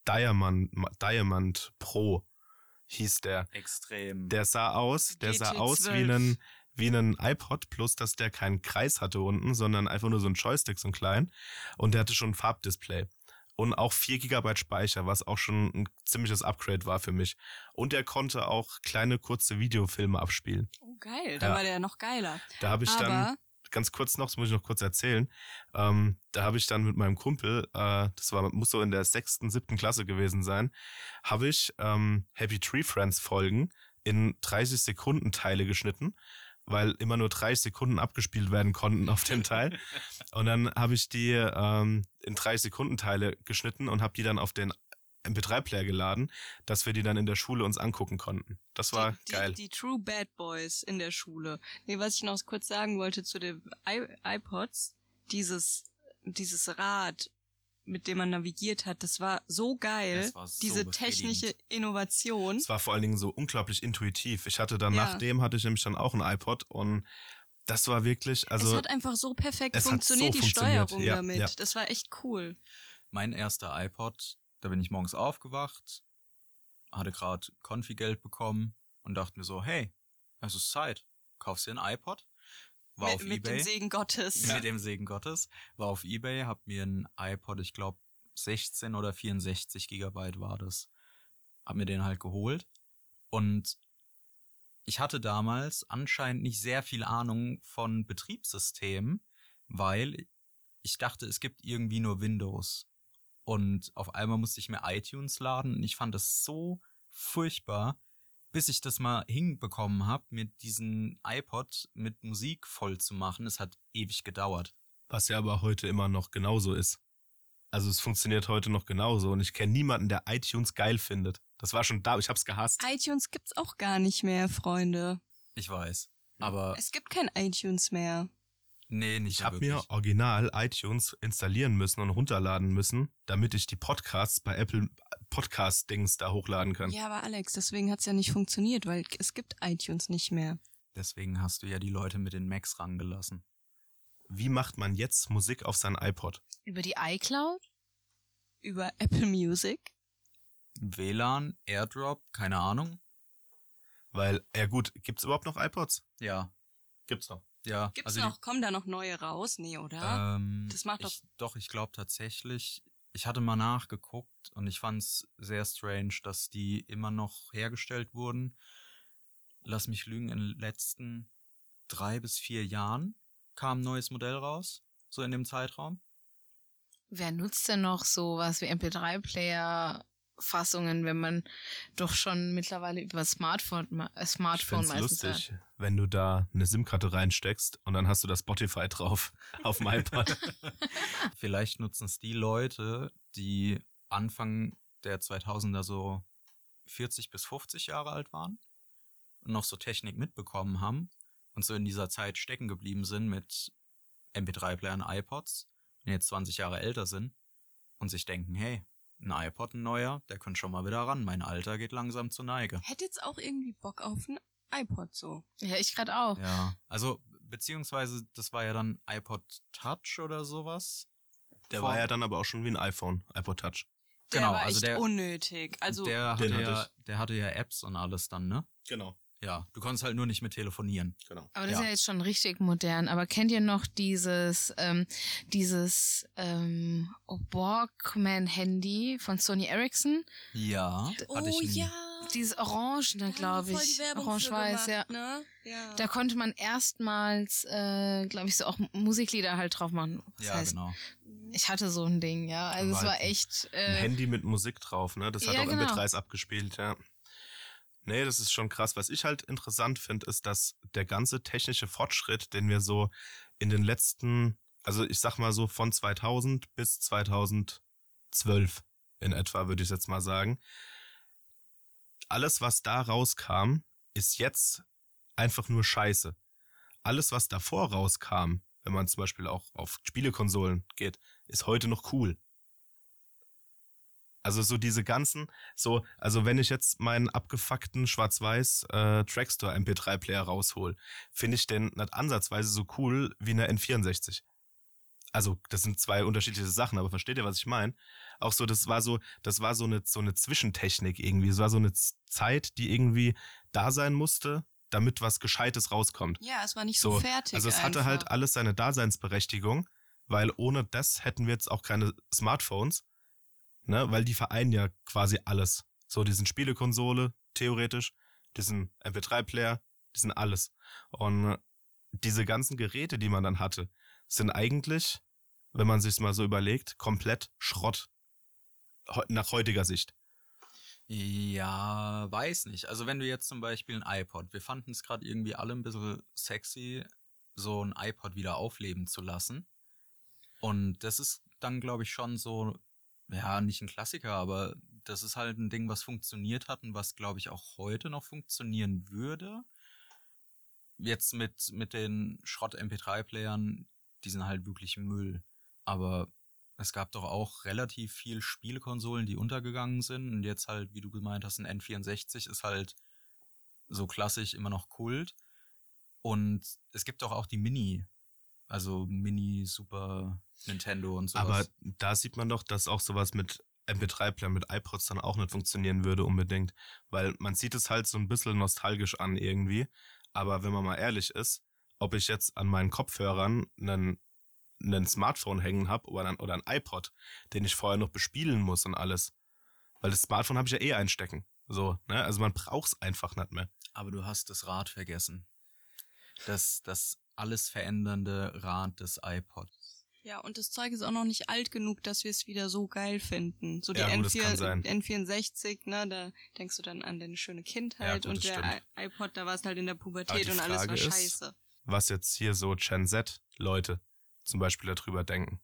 Diamond Pro hieß der. Extrem. Der sah aus GT12. wie ein iPod, bloß dass der keinen Kreis hatte unten, sondern einfach nur so ein Joystick, so ein klein. Und der hatte schon ein Farbdisplay. Und auch 4 GB Speicher, was auch schon ein ziemliches Upgrade war für mich. Und er konnte auch kleine, kurze Videofilme abspielen. Oh, geil, dann Ja. war der noch geiler. Da habe ich dann, Aber ganz kurz noch, das muss ich noch kurz erzählen, da habe ich dann mit meinem Kumpel, muss so in der 6., 7. Klasse gewesen sein, habe ich Happy Tree Friends Folgen in 30 Sekunden Teile geschnitten, weil immer nur 30 Sekunden abgespielt werden konnten auf dem Teil. Und dann habe ich die in 30 Sekunden Teile geschnitten und habe die dann auf den MP3-Player geladen, dass wir die dann in der Schule uns angucken konnten. Das war geil. Die True Bad Boys in der Schule. Nee, was ich noch kurz sagen wollte zu den iPods, dieses Rad, mit dem man navigiert hat, das war so geil, Das war so diese befriedigend. technische Innovation. Es war vor allen Dingen so unglaublich intuitiv. Ich hatte dann, Ja. nachdem hatte ich nämlich dann auch ein iPod und das war wirklich, also es hat einfach so perfekt es hat funktioniert, so die funktioniert, Steuerung ja, damit. ja. Das war echt cool. Mein erster iPod, da bin ich morgens aufgewacht, hatte gerade Konfigeld bekommen und dachte mir so, hey, es ist Zeit, kaufst dir ein iPod? War auf Mit eBay. dem Segen Gottes. Mit dem Segen Gottes. War auf eBay, hab mir ein iPod, ich glaube 16 oder 64 Gigabyte war das. Hab mir den halt geholt. Und ich hatte damals anscheinend nicht sehr viel Ahnung von Betriebssystemen, weil ich dachte, es gibt irgendwie nur Windows. Und auf einmal musste ich mir iTunes laden und ich fand das so furchtbar, bis ich das mal hinbekommen habe, mir diesen iPod mit Musik voll zu machen. Es hat ewig gedauert. was ja aber heute immer noch genauso ist. Also es funktioniert heute noch genauso und ich kenne niemanden, der iTunes geil findet. Das war schon da, ich hab's gehasst. iTunes gibt's auch gar nicht mehr, Freunde. Ich weiß. Aber Es gibt kein iTunes mehr. nee, nicht Ich mehr habe wirklich. mir original iTunes installieren müssen und runterladen müssen, damit ich die Podcasts bei Apple Podcast-Dings da hochladen kann. Ja, aber Alex, deswegen hat's ja nicht funktioniert, weil es gibt iTunes nicht mehr. Deswegen hast du ja die Leute mit den Macs rangelassen. Wie macht man jetzt Musik auf sein iPod? Über die iCloud? Über Apple Music. WLAN, AirDrop, keine Ahnung. Weil, ja gut, gibt's überhaupt noch iPods? Ja, Gibt's noch. ja. Gibt's die- noch, kommen da noch neue raus? Nee, oder? Das macht doch- ich glaube tatsächlich, ich hatte mal nachgeguckt und ich fand's sehr strange, dass die immer noch hergestellt wurden. Lass mich lügen, in den letzten 3 bis 4 Jahren kam ein neues Modell raus, so in dem Zeitraum. Wer nutzt denn noch sowas wie MP3-Player-Fassungen, wenn man doch schon mittlerweile über Smartphone Ich meistens find's lustig, wenn du da eine SIM-Karte reinsteckst und dann hast du das Spotify drauf auf dem iPod. Vielleicht nutzen es die Leute, die Anfang der 2000er so 40 bis 50 Jahre alt waren und noch so Technik mitbekommen haben und so in dieser Zeit stecken geblieben sind mit MP3-Playern, iPods und jetzt 20 Jahre älter sind und sich denken, hey, ein iPod, ein neuer, der könnte schon mal wieder ran. Mein Alter geht langsam zur Neige. Hätte jetzt auch irgendwie Bock auf ein iPod so. Ja, ich gerade auch. Ja, also beziehungsweise das war ja dann iPod Touch oder sowas. Der war ja dann aber auch schon wie ein iPhone, iPod Touch. Der Genau, war also echt der- unnötig. Also Der den hatte, hatte der hatte ja Apps und alles dann, ne? Genau. Ja, du konntest halt nur nicht mit telefonieren. Genau. Aber das Ja. ist ja jetzt schon richtig modern. Aber kennt ihr noch dieses Walkman-Handy von Sony Ericsson? Ja, hatte ich nie. Dieses Orangene, glaube voll die ich. Werbung Orange-Weiß, für ja. gemacht, ne? Ja. Da konnte man erstmals, glaube ich, so auch Musiklieder halt drauf machen. Das Ja, heißt, genau. ich hatte so ein Ding, ja. Also es Aber war halt echt. Ein Handy mit Musik drauf, ne? Das hat ja, auch genau. MP3s abgespielt, ja. Nee, das ist schon krass. Was ich halt interessant finde, ist, dass der ganze technische Fortschritt, den wir so in den letzten, also ich sag mal so von 2000 bis 2012 in etwa, würde ich jetzt mal sagen, alles, was da rauskam, ist jetzt einfach nur Scheiße. Alles, was davor rauskam, wenn man zum Beispiel auch auf Spielekonsolen geht, ist heute noch cool. Also so diese ganzen, also wenn ich jetzt meinen abgefuckten schwarz-weiß Trackstore MP3-Player raushol, finde ich den nicht ansatzweise so cool wie eine N64. Also das sind zwei unterschiedliche Sachen, aber versteht ihr, was ich meine? Auch so, das war so eine Zwischentechnik irgendwie. Es war so eine Zeit, die irgendwie da sein musste, damit was Gescheites rauskommt. Ja, es war nicht so fertig. Also es hatte einfach. halt alles seine Daseinsberechtigung, weil ohne das hätten wir jetzt auch keine Smartphones, ne? Weil die vereinen ja quasi alles. So diesen Spielekonsole, theoretisch, diesen MP3-Player, diesen alles. Und diese ganzen Geräte, die man dann hatte, sind eigentlich, wenn man sich's mal so überlegt, komplett Schrott. Nach heutiger Sicht. Ja, weiß nicht. Also wenn du jetzt zum Beispiel ein iPod, wir fanden es gerade irgendwie alle ein bisschen sexy, so ein iPod wieder aufleben zu lassen. Und das ist dann, glaube ich, schon so, ja, nicht ein Klassiker, aber das ist halt ein Ding, was funktioniert hat und was, glaube ich, auch heute noch funktionieren würde. Jetzt mit den Schrott-MP3-Playern, die sind halt wirklich Müll. Aber es gab doch auch relativ viel Spielekonsolen, die untergegangen sind. Und jetzt halt, wie du gemeint hast, ein N64 ist halt so klassisch immer noch Kult. Und es gibt doch auch die Mini, also Mini Super Nintendo und sowas. Aber da sieht man doch, dass auch sowas mit MP3-Player, mit iPods dann auch nicht funktionieren würde unbedingt. Weil man sieht es halt so ein bisschen nostalgisch an irgendwie. Aber wenn man mal ehrlich ist, ob ich jetzt an meinen Kopfhörern einen Smartphone hängen habe oder ein iPod, den ich vorher noch bespielen muss und alles. Weil das Smartphone habe ich ja eh einstecken. So, ne? Also man braucht es einfach nicht mehr. Aber du hast das Rad vergessen. Das alles verändernde Rad des iPod. Ja, und das Zeug ist auch noch nicht alt genug, dass wir es wieder so geil finden. So die Ja, gut, das kann sein. N64, ne, da denkst du dann an deine schöne Kindheit Ja, gut, und das der stimmt. iPod, da war es halt in der Aber Pubertät die und alles war Frage ist, scheiße. Was jetzt hier so Gen Z-Leute zum Beispiel darüber denken.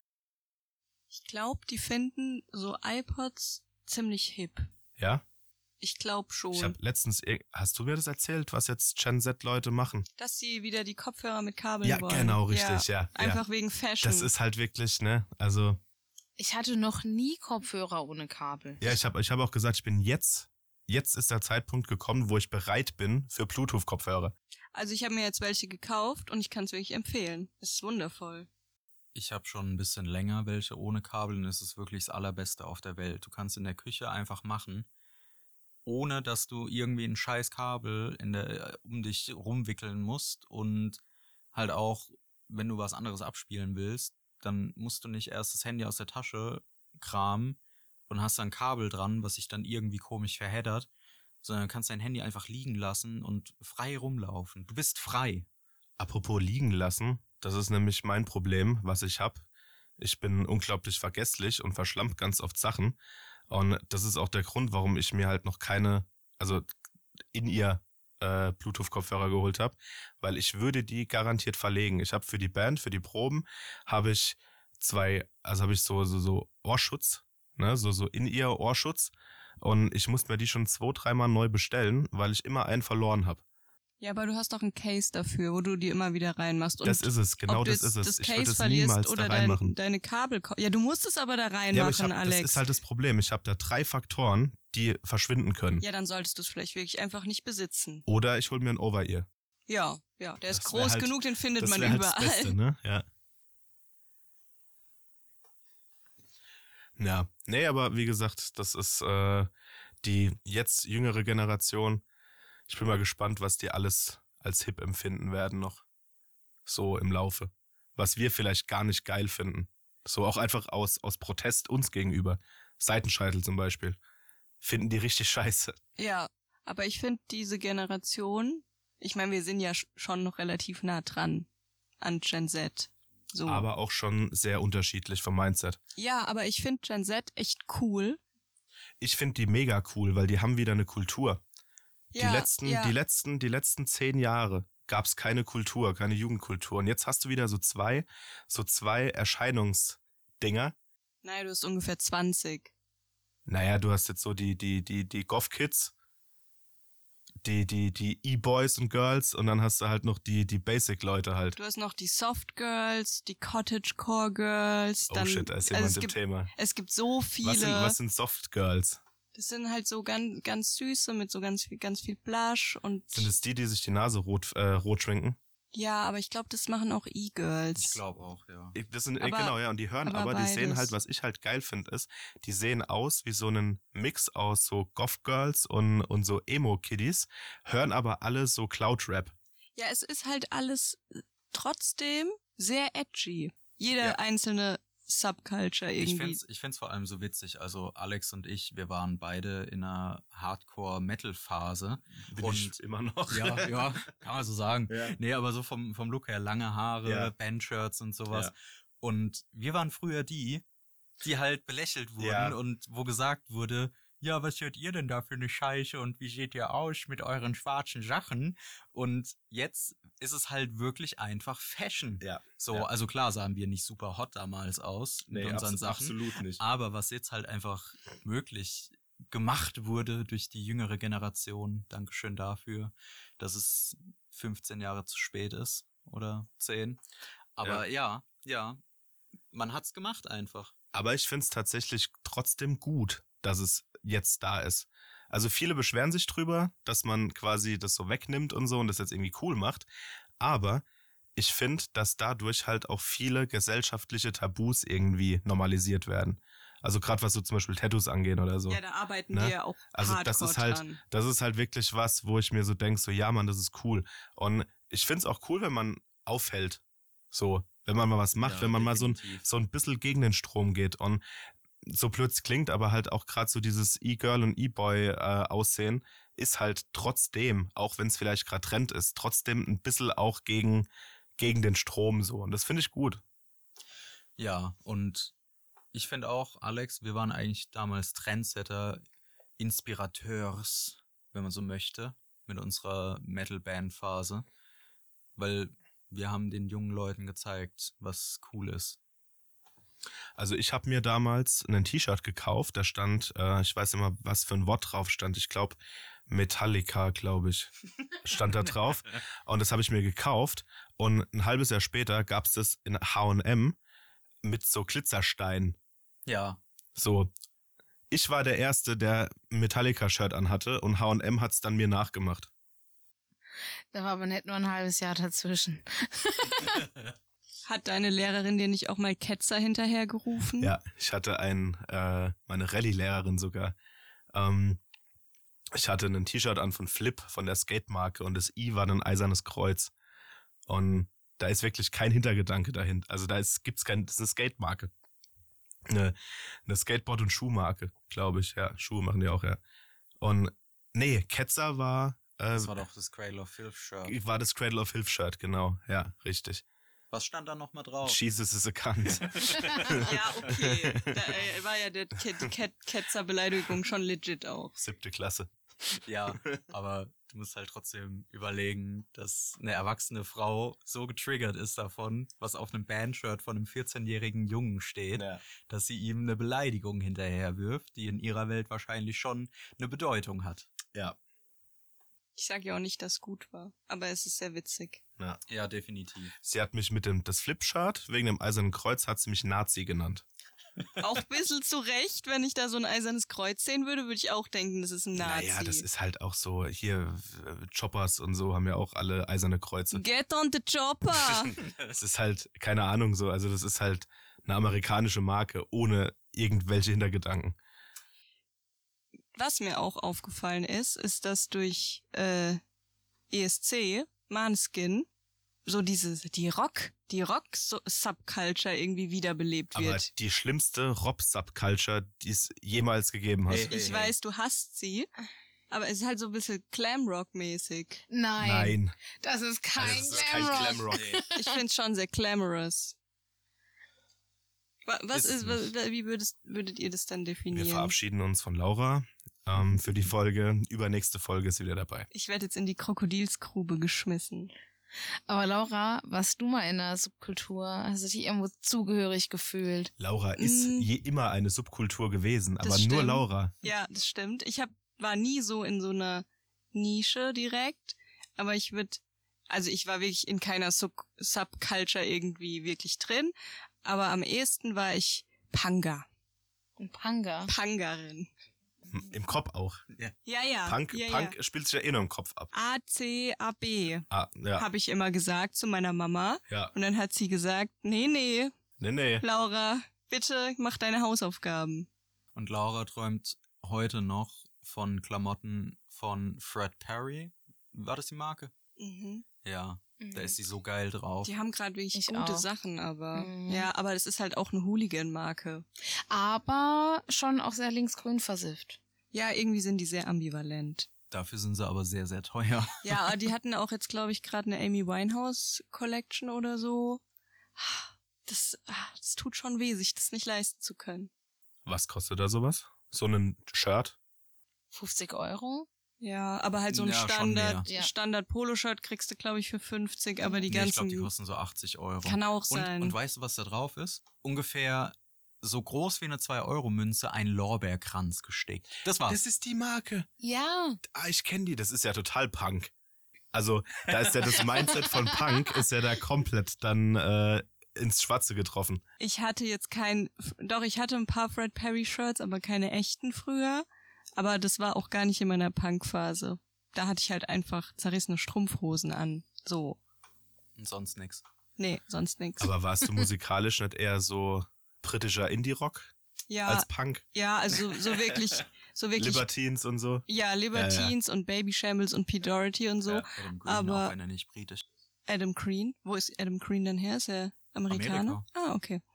Ich glaube, die finden so iPods ziemlich hip. Ja? Ich glaube schon. Ich habe letztens, hast du mir das erzählt, was jetzt Gen Z-Leute machen? Dass sie wieder die Kopfhörer mit Kabeln Ja, wollen. genau, richtig, ja. Einfach wegen Fashion. Das ist halt wirklich, ne, also, Ich hatte noch nie Kopfhörer ohne Kabel. ja, ich hab auch gesagt, ich bin jetzt ist der Zeitpunkt gekommen, wo ich bereit bin für Bluetooth-Kopfhörer. Also ich habe mir jetzt welche gekauft und ich kann es wirklich empfehlen. Es ist wundervoll. Ich habe schon ein bisschen länger welche ohne Kabel und es ist wirklich das Allerbeste auf der Welt. Du kannst in der Küche einfach machen, ohne dass du irgendwie ein scheiß Kabel um dich rumwickeln musst und halt auch, wenn du was anderes abspielen willst, dann musst du nicht erst das Handy aus der Tasche kramen und hast dann ein Kabel dran, was sich dann irgendwie komisch verheddert, sondern kannst dein Handy einfach liegen lassen und frei rumlaufen. Du bist frei. Apropos liegen lassen, das ist nämlich mein Problem, was ich habe. Ich bin unglaublich vergesslich und verschlamp ganz oft Sachen. Und das ist auch der Grund, warum ich mir halt noch keine, also in ihr Bluetooth-Kopfhörer geholt habe, weil ich würde die garantiert verlegen. Ich habe für die Band, für die Proben, habe ich so Ohrschutz ne, so In-Ear-Ohrschutz. Und ich musste mir die schon 2-3 Mal neu bestellen, weil ich immer einen verloren habe. Ja, aber du hast doch ein Case dafür, wo du die immer wieder reinmachst. Und Das ist es, genau ob du das jetzt ist es. das Ich Case würde es verlierst niemals oder da reinmachen. deine Kabel. Ja, du musst es aber da reinmachen, Ja, aber Alex. das ist halt das Problem. Ich habe da 3 Faktoren, die verschwinden können. Ja, dann solltest du es vielleicht wirklich einfach nicht besitzen. Oder ich hole mir ein Over-Ear. Ja, der ist Das wär groß halt- genug, den findet Das man wäre halt überall. das Beste, ne? Ja. Ja, nee, aber wie gesagt, das ist die jetzt jüngere Generation. Ich bin mal gespannt, was die alles als hip empfinden werden noch. So im Laufe. Was wir vielleicht gar nicht geil finden. So auch einfach aus Protest uns gegenüber. Seitenscheitel zum Beispiel. Finden die richtig scheiße. Ja, aber ich finde diese Generation, ich meine, wir sind ja schon noch relativ nah dran an Gen Z. So. Aber auch schon sehr unterschiedlich vom Mindset. Ja, aber ich finde Gen Z echt cool. Ich finde die mega cool, weil die haben wieder eine Kultur. Ja, Die letzten 10 Jahre gab es keine Kultur, keine Jugendkultur. Und jetzt hast du wieder so zwei Erscheinungsdinger. Nein, du bist ungefähr 20. Naja, du hast jetzt so die Goth-Kids, die E-Boys und Girls und dann hast du halt noch die Basic-Leute halt. Du hast noch die Soft Girls, die Cottagecore Girls. Oh dann, shit, da ist also jemand im Thema. Es gibt so viele. Was sind Soft Girls? Das sind halt so ganz, ganz süße mit so ganz viel Blush und. Sind es die sich die Nase rot schminken? Ja, aber ich glaube, das machen auch E-Girls. Ich glaube auch, ja. Das sind, Aber- genau, ja, und die hören, aber aber die sehen beides. halt, was ich halt geil finde, ist, die sehen aus wie so einen Mix aus so Goth-Girls und so Emo-Kiddies, hören aber alle so Cloud-Rap. Ja, es ist halt alles trotzdem sehr edgy. Jeder Ja. einzelne Subculture irgendwie. Ich find's vor allem so witzig. Also Alex und ich, wir waren beide in einer Hardcore-Metal-Phase. Bin Und ich immer noch. ja, kann man so sagen. Ja. Nee, aber so vom Look her, lange Haare, Ja. Bandshirts und sowas. Ja. Und wir waren früher die halt belächelt wurden Ja. und wo gesagt wurde, ja, was hört ihr denn da für eine Scheiße und wie seht ihr aus mit euren schwarzen Sachen? Und jetzt ist es halt wirklich einfach Fashion. Ja. So, Ja. also klar sahen wir nicht super hot damals aus mit unseren Sachen. absolut nicht. Aber was jetzt halt einfach möglich gemacht wurde durch die jüngere Generation, Dankeschön dafür, dass es 15 Jahre zu spät ist oder 10. Aber ja, man hat's gemacht einfach. Aber ich finde es tatsächlich trotzdem gut, dass es jetzt da ist. Also viele beschweren sich drüber, dass man quasi das so wegnimmt und so und das jetzt irgendwie cool macht. Aber ich finde, dass dadurch halt auch viele gesellschaftliche Tabus irgendwie normalisiert werden. Also gerade was so zum Beispiel Tattoos angeht oder so. Ja, da arbeiten Ne? wir ja auch Also hardcore dran. das ist halt wirklich was, wo ich mir so denke, so ja Mann, das ist cool. Und ich finde es auch cool, wenn man aufhält. So, wenn man mal was macht, Ja, wenn man mal definitiv. so ein bisschen gegen den Strom geht. Und so blöd es klingt, aber halt auch gerade so dieses E-Girl und E-Boy Aussehen ist halt trotzdem, auch wenn es vielleicht gerade Trend ist, trotzdem ein bisschen auch gegen den Strom so. Und das finde ich gut. Ja, und ich finde auch, Alex, wir waren eigentlich damals Trendsetter, Inspirateurs, wenn man so möchte, mit unserer Metal-Band-Phase, weil wir haben den jungen Leuten gezeigt, was cool ist. Also ich habe mir damals ein T-Shirt gekauft, da stand, ich weiß immer, was für ein Wort drauf stand, ich glaube Metallica, glaube ich, stand da drauf. Und das habe ich mir gekauft und ein halbes Jahr später gab es das in H&M mit so Glitzersteinen. Ja, So, ich war der Erste, der ein Metallica-Shirt anhatte und H&M hat's dann mir nachgemacht. Da war aber nicht nur ein halbes Jahr dazwischen. Hat deine Lehrerin dir nicht auch mal Ketzer hinterhergerufen? Ja, ich hatte meine Rallye-Lehrerin sogar. Ich hatte ein T-Shirt an von Flip, von der Skate-Marke und das I war ein eisernes Kreuz. Und da ist wirklich kein Hintergedanke dahinter. Also das ist eine Skate-Marke. Eine Skateboard- und Schuhmarke, glaube ich. Ja, Schuhe machen die auch, ja. Und nee, Ketzer war das war doch das Cradle of Filth Shirt. war das Cradle of Filth Shirt, genau. Ja, richtig. Was stand da nochmal drauf? Jesus is a cunt. Ja, okay. Da war ja die Ketzer-Beleidigung schon legit auch. 7. Klasse. Ja, aber du musst halt trotzdem überlegen, dass eine erwachsene Frau so getriggert ist davon, was auf einem Bandshirt von einem 14-jährigen Jungen steht, Ja. dass sie ihm eine Beleidigung hinterher wirft, die in ihrer Welt wahrscheinlich schon eine Bedeutung hat. Ja. Ich sage ja auch nicht, dass es gut war, aber es ist sehr witzig. Ja. Ja, definitiv. Sie hat mich das Flipchart, wegen dem Eisernen Kreuz, hat sie mich Nazi genannt. Auch ein bisschen zu Recht, wenn ich da so ein eisernes Kreuz sehen würde, würde ich auch denken, das ist ein Nazi. Naja, das ist halt auch so, hier, Choppers und so haben ja auch alle eiserne Kreuze. Get on the chopper! Es ist halt, keine Ahnung so, also das ist halt eine amerikanische Marke, ohne irgendwelche Hintergedanken. Was mir auch aufgefallen ist, dass durch ESC, Måneskin, so die Rock-Subculture irgendwie wiederbelebt Aber wird. die schlimmste Rob-Subculture, die es jemals gegeben hat. Hey. Ich weiß, du hasst sie, aber es ist halt so ein bisschen Glamrock-mäßig. Nein. Das ist kein Also das ist kein Glamrock. Glamrock. Ich find's schon sehr glamorous. Was Ist ist, wie würdet ihr das dann Wir definieren? verabschieden uns von Laura für die Folge. Übernächste Folge ist sie wieder dabei. Ich werde jetzt in die Krokodilsgrube geschmissen. Aber Laura, warst du mal in einer Subkultur? Hast du dich irgendwo zugehörig gefühlt? Laura ist immer eine Subkultur gewesen, Das aber nur stimmt. Laura. Ja, das stimmt. War nie so in so einer Nische direkt, aber ich war wirklich in keiner Subculture irgendwie wirklich drin, aber am ehesten war ich Panga. Ein Panga. Pangerin. Im Kopf auch. Ja. Punk spielt sich ja eh nur im Kopf ab. ACAB, Ja. habe ich immer gesagt zu meiner Mama. Ja. Und dann hat sie gesagt, nee, Nee. Laura, bitte mach deine Hausaufgaben. Und Laura träumt heute noch von Klamotten von Fred Perry. War das die Marke? Mhm. Ja, da ist sie so geil drauf. Die haben gerade wirklich Ich gute auch. Sachen, aber Mhm. ja, aber das ist halt auch eine Hooligan-Marke. Aber schon auch sehr linksgrün versifft. Ja, irgendwie sind die sehr ambivalent. Dafür sind sie aber sehr, sehr teuer. Ja, die hatten auch jetzt, glaube ich, gerade eine Amy Winehouse Collection oder so. Das tut schon weh, sich das nicht leisten zu können. Was kostet da sowas? So ein Shirt? 50 Euro? Ja, aber halt so ein Ja, schon mehr. Ja. Standard-Poloshirt kriegst du, glaube ich, für 50, aber die Nee, ich ganzen... glaube, die kosten so 80 Euro. Kann auch sein. Und weißt du, was da drauf ist? Ungefähr so groß wie eine 2-Euro-Münze, ein Lorbeerkranz gestickt. Das war's. Das ist die Marke. Ja. Ich kenne die. Das ist ja total Punk. Also, da ist ja das Mindset von Punk, ist ja da komplett dann ins Schwarze getroffen. Ich hatte jetzt ich hatte ein paar Fred Perry Shirts, aber keine echten früher. Aber das war auch gar nicht in meiner Punk-Phase. Da hatte ich halt einfach zerrissene Strumpfhosen an. So. Und sonst nix. Nee, sonst nix. Aber warst du musikalisch nicht eher so britischer Indie-Rock Ja, als Punk? ja, also so wirklich, Libertines und so? ja, Libertines und Baby Shambles und Pete Doherty und so. Ja. Adam Green Aber- auch, wenn er nicht britisch. Adam Green. Wo ist Adam Green denn her? Ist er Amerikaner? Amerika. Ah, okay.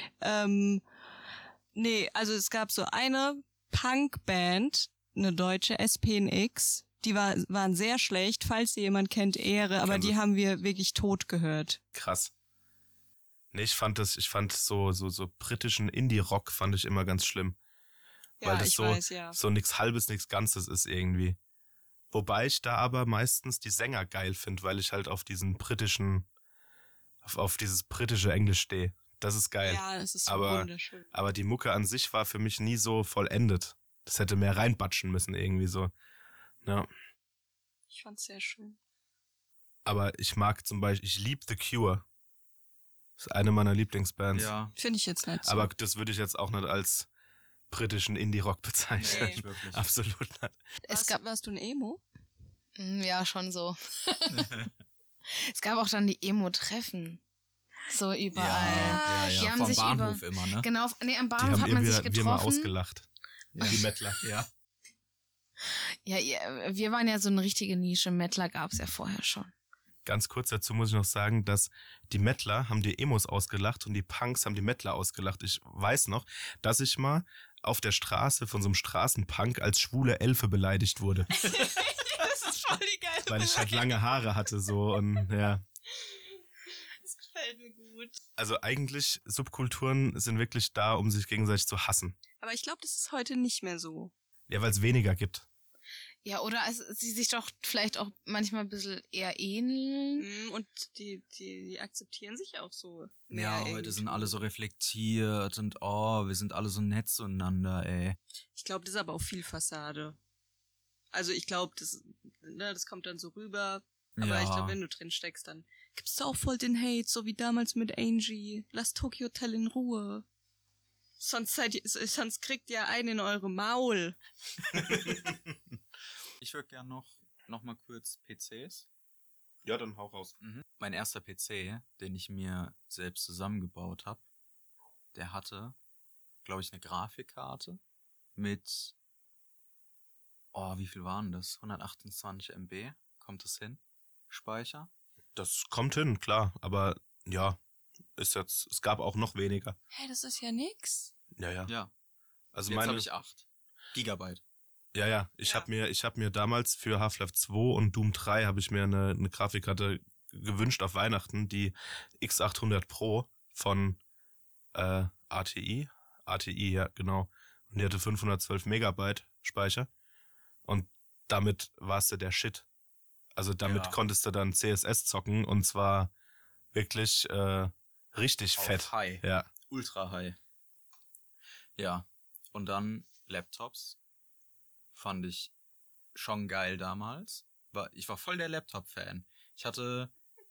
Nee, also es gab so eine Punkband, eine deutsche, SPNX, die waren sehr schlecht, falls ihr jemand kennt, Ehre, aber die haben wir wirklich tot gehört. Krass. Nee, ich fand so britischen Indie-Rock fand ich immer ganz schlimm. Weil das ich so, weiß, ja. so nix Halbes, nix Ganzes ist irgendwie. Wobei ich da aber meistens die Sänger geil finde, weil ich halt auf diesen britischen, auf dieses britische Englisch stehe. Das ist geil. Ja, es ist so Aber- wunderschön. Aber die Mucke an sich war für mich nie so vollendet. Das hätte mehr reinbatschen müssen irgendwie so. Ja. Ich fand's sehr schön. Aber ich mag zum Beispiel, ich liebe The Cure. Das ist eine meiner Lieblingsbands. Ja, Finde ich jetzt nicht so. Aber das würde ich jetzt auch nicht als britischen Indie-Rock bezeichnen. nicht wirklich. Absolut nicht. Warst du ein Emo? Ja, schon so. Es gab auch dann die Emo-Treffen. So überall. Die haben vom sich Bahnhof immer, ne? Genau, nee, am Die Bahnhof haben hat man sich wir mal getroffen. ausgelacht. Die Mettler. Ja. Ja, wir waren ja so eine richtige Nische. Mettler gab's ja vorher schon. Ganz kurz dazu muss ich noch sagen, dass die Mettler haben die Emos ausgelacht und die Punks haben die Mettler ausgelacht. Ich weiß noch, dass ich mal auf der Straße von so einem Straßenpunk als schwule Elfe beleidigt wurde, Das ist voll die geile weil ich halt lange Haare hatte so und ja. Das gefällt mir gut. Also eigentlich Subkulturen sind wirklich da, um sich gegenseitig zu hassen. Aber ich glaube, das ist heute nicht mehr so. Ja, weil es weniger gibt. Ja, oder sie sich doch vielleicht auch manchmal ein bisschen eher ähneln. Und die akzeptieren sich auch so. Ja, mehr heute sind irgendwie. alle so reflektiert und wir sind alle so nett zueinander, ey. Ich glaube, das ist aber auch viel Fassade. Also ich glaube, das kommt dann so rüber. Aber Ja. ich glaube, wenn du drin steckst, dann gibst du auch voll den Hate, so wie damals mit Angie. Lass Tokyo Hotel in Ruhe. Sonst kriegt ihr einen in eure Maul. Ich würde gern noch mal kurz PCs. Ja, dann hau raus. Mein erster PC, den ich mir selbst zusammengebaut habe, der hatte, glaube ich, eine Grafikkarte mit, wie viel waren das? 128 MB, kommt das hin? Speicher? Das kommt hin, klar. Aber ja, es gab auch noch weniger. Hey, das ist ja nix. Ja, ja. Ja, Also jetzt meine, habe ich 8 Gigabyte. ja. Ich habe mir damals für Half-Life 2 und Doom 3 habe ich mir eine Grafikkarte gewünscht auf Weihnachten, die X800 Pro von ATI, ja, genau. Und die hatte 512 Megabyte Speicher. Und damit warst du der Shit. Also damit Ja. konntest du dann CSS zocken und zwar wirklich richtig Auf fett. High. Ja. Ultra high. Ja, und dann Laptops. Fand ich schon geil damals. Ich war voll der Laptop-Fan. Ich hatte...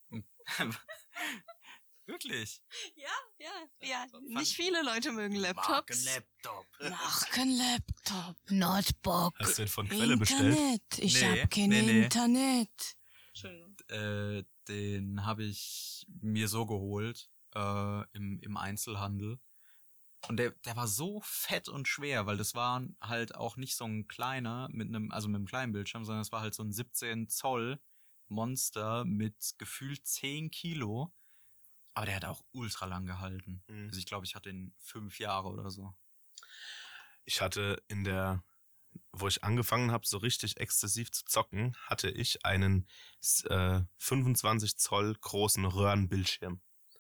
Wirklich. Ja. Nicht viele Leute mögen Laptops. Laptop. Laptop. Notebook. Hast du den von Quelle bestellt? Ich Nee, hab kein nee. Internet. Entschuldigung. Den habe ich mir so geholt im Einzelhandel. Und der war so fett und schwer, weil das war halt auch nicht so ein kleiner mit einem kleinen Bildschirm, sondern es war halt so ein 17 Zoll Monster mit gefühlt 10 Kilo. Aber der hat auch ultra lang gehalten. Mhm. Also ich glaube, ich hatte ihn 5 Jahre oder so. Ich hatte wo ich angefangen habe, so richtig exzessiv zu zocken, hatte ich einen 25 Zoll großen Röhrenbildschirm.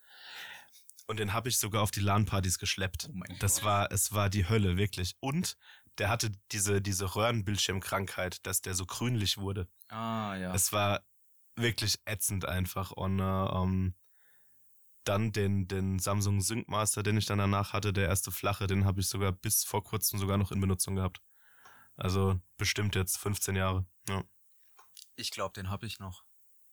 Und den habe ich sogar auf die LAN-Partys geschleppt. Oh mein Es war die Hölle, wirklich. Und der hatte diese Röhrenbildschirmkrankheit, dass der so grünlich wurde. Ah, ja. Es war wirklich ätzend einfach. Und dann den Samsung Sync Master, den ich dann danach hatte, der erste flache, den habe ich sogar bis vor kurzem sogar noch in Benutzung gehabt. Also bestimmt jetzt 15 Jahre. Ja. Ich glaube, den habe ich noch.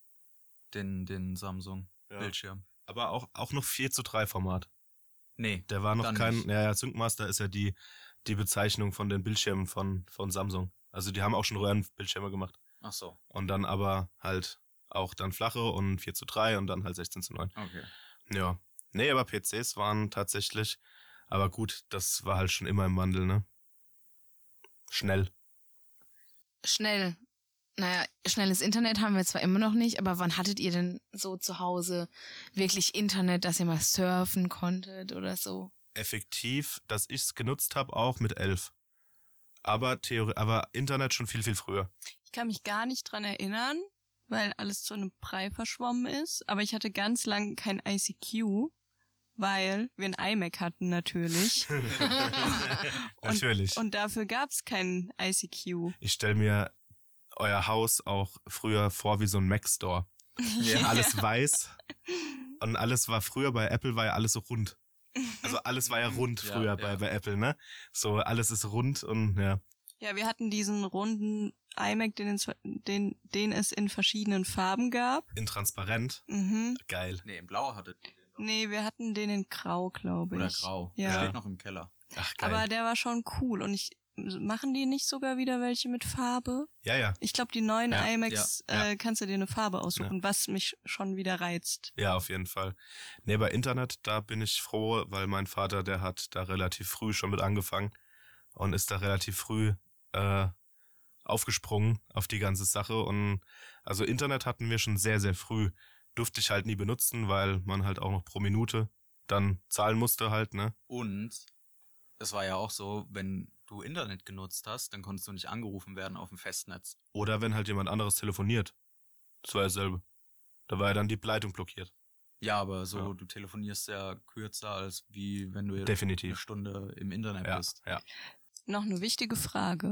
Den Samsung Bildschirm. Aber auch noch 4:3 Format. Nee. Der war noch dann kein, nicht. ja, Sync Master ist ja die Bezeichnung von den Bildschirmen von Samsung. Also die haben auch schon Röhrenbildschirme gemacht. Ach so. Und dann aber halt auch dann flache und 4:3 und dann halt 16:9. Okay. Ja. Nee, aber PCs waren tatsächlich, aber gut, das war halt schon immer im Wandel, ne? Schnell. Schnell. Naja, schnelles Internet haben wir zwar immer noch nicht, aber wann hattet ihr denn so zu Hause wirklich Internet, dass ihr mal surfen konntet oder so? Effektiv, dass ich es genutzt habe, auch mit 11. Aber Internet schon viel, viel früher. Ich kann mich gar nicht dran erinnern, weil alles zu einem Brei verschwommen ist. Aber ich hatte ganz lang kein ICQ, weil wir ein iMac hatten natürlich. Natürlich. Und dafür gab's kein ICQ. Ich stelle mir euer Haus auch früher vor wie so ein Mac-Store. Ja. Alles weiß. Und alles war früher bei Apple, war ja alles so rund. Also alles war ja rund Ja, früher ja. bei Apple, ne? So, alles ist rund und ja. Ja, wir hatten diesen runden iMac, den es in verschiedenen Farben gab. In transparent. Mhm. Geil. Nee, in Blau hattet ihr den doch. Nee, wir hatten den in Grau, glaube ich. Oder Grau. Ja. Steht noch im Keller. Ach, geil. Aber der war schon cool. Und machen die nicht sogar wieder welche mit Farbe? Ja. Ich glaube, die neuen Ja, iMacs ja. kannst du dir eine Farbe aussuchen, was mich schon wieder reizt. Ja, auf jeden Fall. Nee, bei Internet, da bin ich froh, weil mein Vater, der hat da relativ früh schon mit angefangen und ist da relativ früh aufgesprungen auf die ganze Sache. Und also Internet hatten wir schon sehr, sehr früh. Durfte ich halt nie benutzen, weil man halt auch noch pro Minute dann zahlen musste halt, ne? Und es war ja auch so, wenn du Internet genutzt hast, dann konntest du nicht angerufen werden auf dem Festnetz. Oder wenn halt jemand anderes telefoniert. Das war dasselbe. Da war ja dann die Leitung blockiert. Ja, aber so, Ja. du telefonierst ja kürzer, als wie wenn du eine Definitiv. Stunde im Internet Ja, bist. ja. Noch eine wichtige Frage.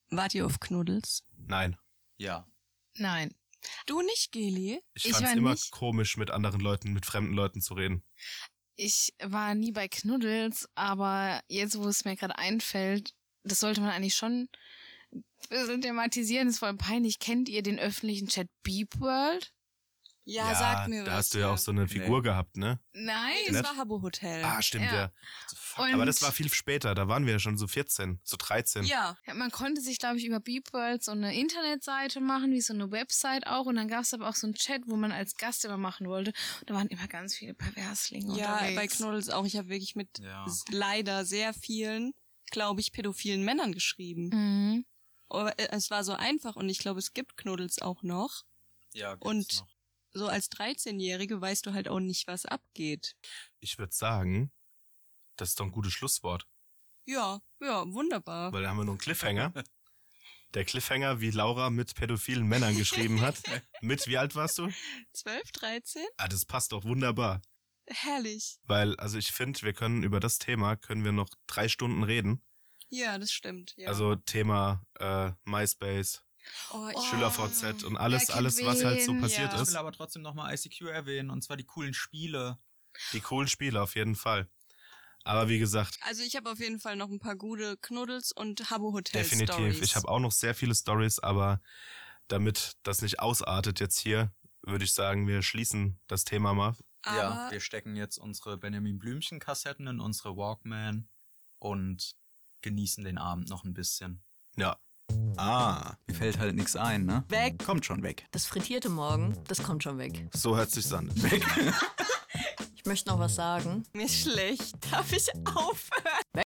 Wart ihr auf Knuddels? Nein. Ja. Nein. Du nicht, Geli? Ich Ich fand's war immer nicht- komisch, mit anderen Leuten, mit fremden Leuten zu reden. Ich war nie bei Knuddels, aber jetzt, wo es mir gerade einfällt, das sollte man eigentlich schon ein bisschen thematisieren, das ist voll peinlich. Kennt ihr den öffentlichen Chat Beep World? Ja, sag mir was. Da hast du ja auch so eine Figur gehabt, ne? Nein. Das Nett. war Habbo Hotel. Ah, stimmt, Ja. ja. Und Aber das war viel später, da waren wir ja schon so 14, so 13. Ja. ja, man konnte sich, glaube ich, über Beep World so eine Internetseite machen, wie so eine Website auch. Und dann gab es aber auch so einen Chat, wo man als Gast immer machen wollte. Und da waren immer ganz viele Perverslinge Ja, unterwegs. bei Knuddels auch. Ich habe wirklich mit Ja. leider sehr vielen, glaube ich, pädophilen Männern geschrieben. Mhm. Aber es war so einfach und ich glaube, es gibt Knuddels auch noch. Ja, gibt's Und noch. so als 13-Jährige weißt du halt auch nicht, was abgeht. Ich würde sagen, das ist doch ein gutes Schlusswort, Ja, wunderbar. weil da haben wir noch einen Cliffhanger. Der Cliffhanger, wie Laura mit pädophilen Männern geschrieben hat. Mit, wie alt warst du? 12, 13? Ah, das passt doch wunderbar. Herrlich. Weil, also ich finde, wir können über das Thema, können wir noch 3 Stunden reden. Ja, das stimmt. Ja. Also Thema MySpace, oh, SchülerVZ und alles, wer kennt was halt so wen? passiert Ich ist. will aber trotzdem nochmal ICQ erwähnen, und zwar die coolen Spiele. Die coolen Spiele auf jeden Fall. Aber wie gesagt, Also ich habe auf jeden Fall noch ein paar gute Knuddels und Habbo Hotel definitiv. Stories. Ich habe auch noch sehr viele Stories, aber damit das nicht ausartet jetzt hier, würde ich sagen, wir schließen das Thema mal. Ja, Aber wir stecken jetzt unsere Benjamin Blümchen-Kassetten in unsere Walkman und genießen den Abend noch ein bisschen. Ja. Mir fällt halt nichts ein, ne? Weg. Kommt schon weg. Das frittierte Morgen, das kommt schon weg. So hört sich's an. Ich möchte noch was sagen. mir ist schlecht. Darf ich aufhören?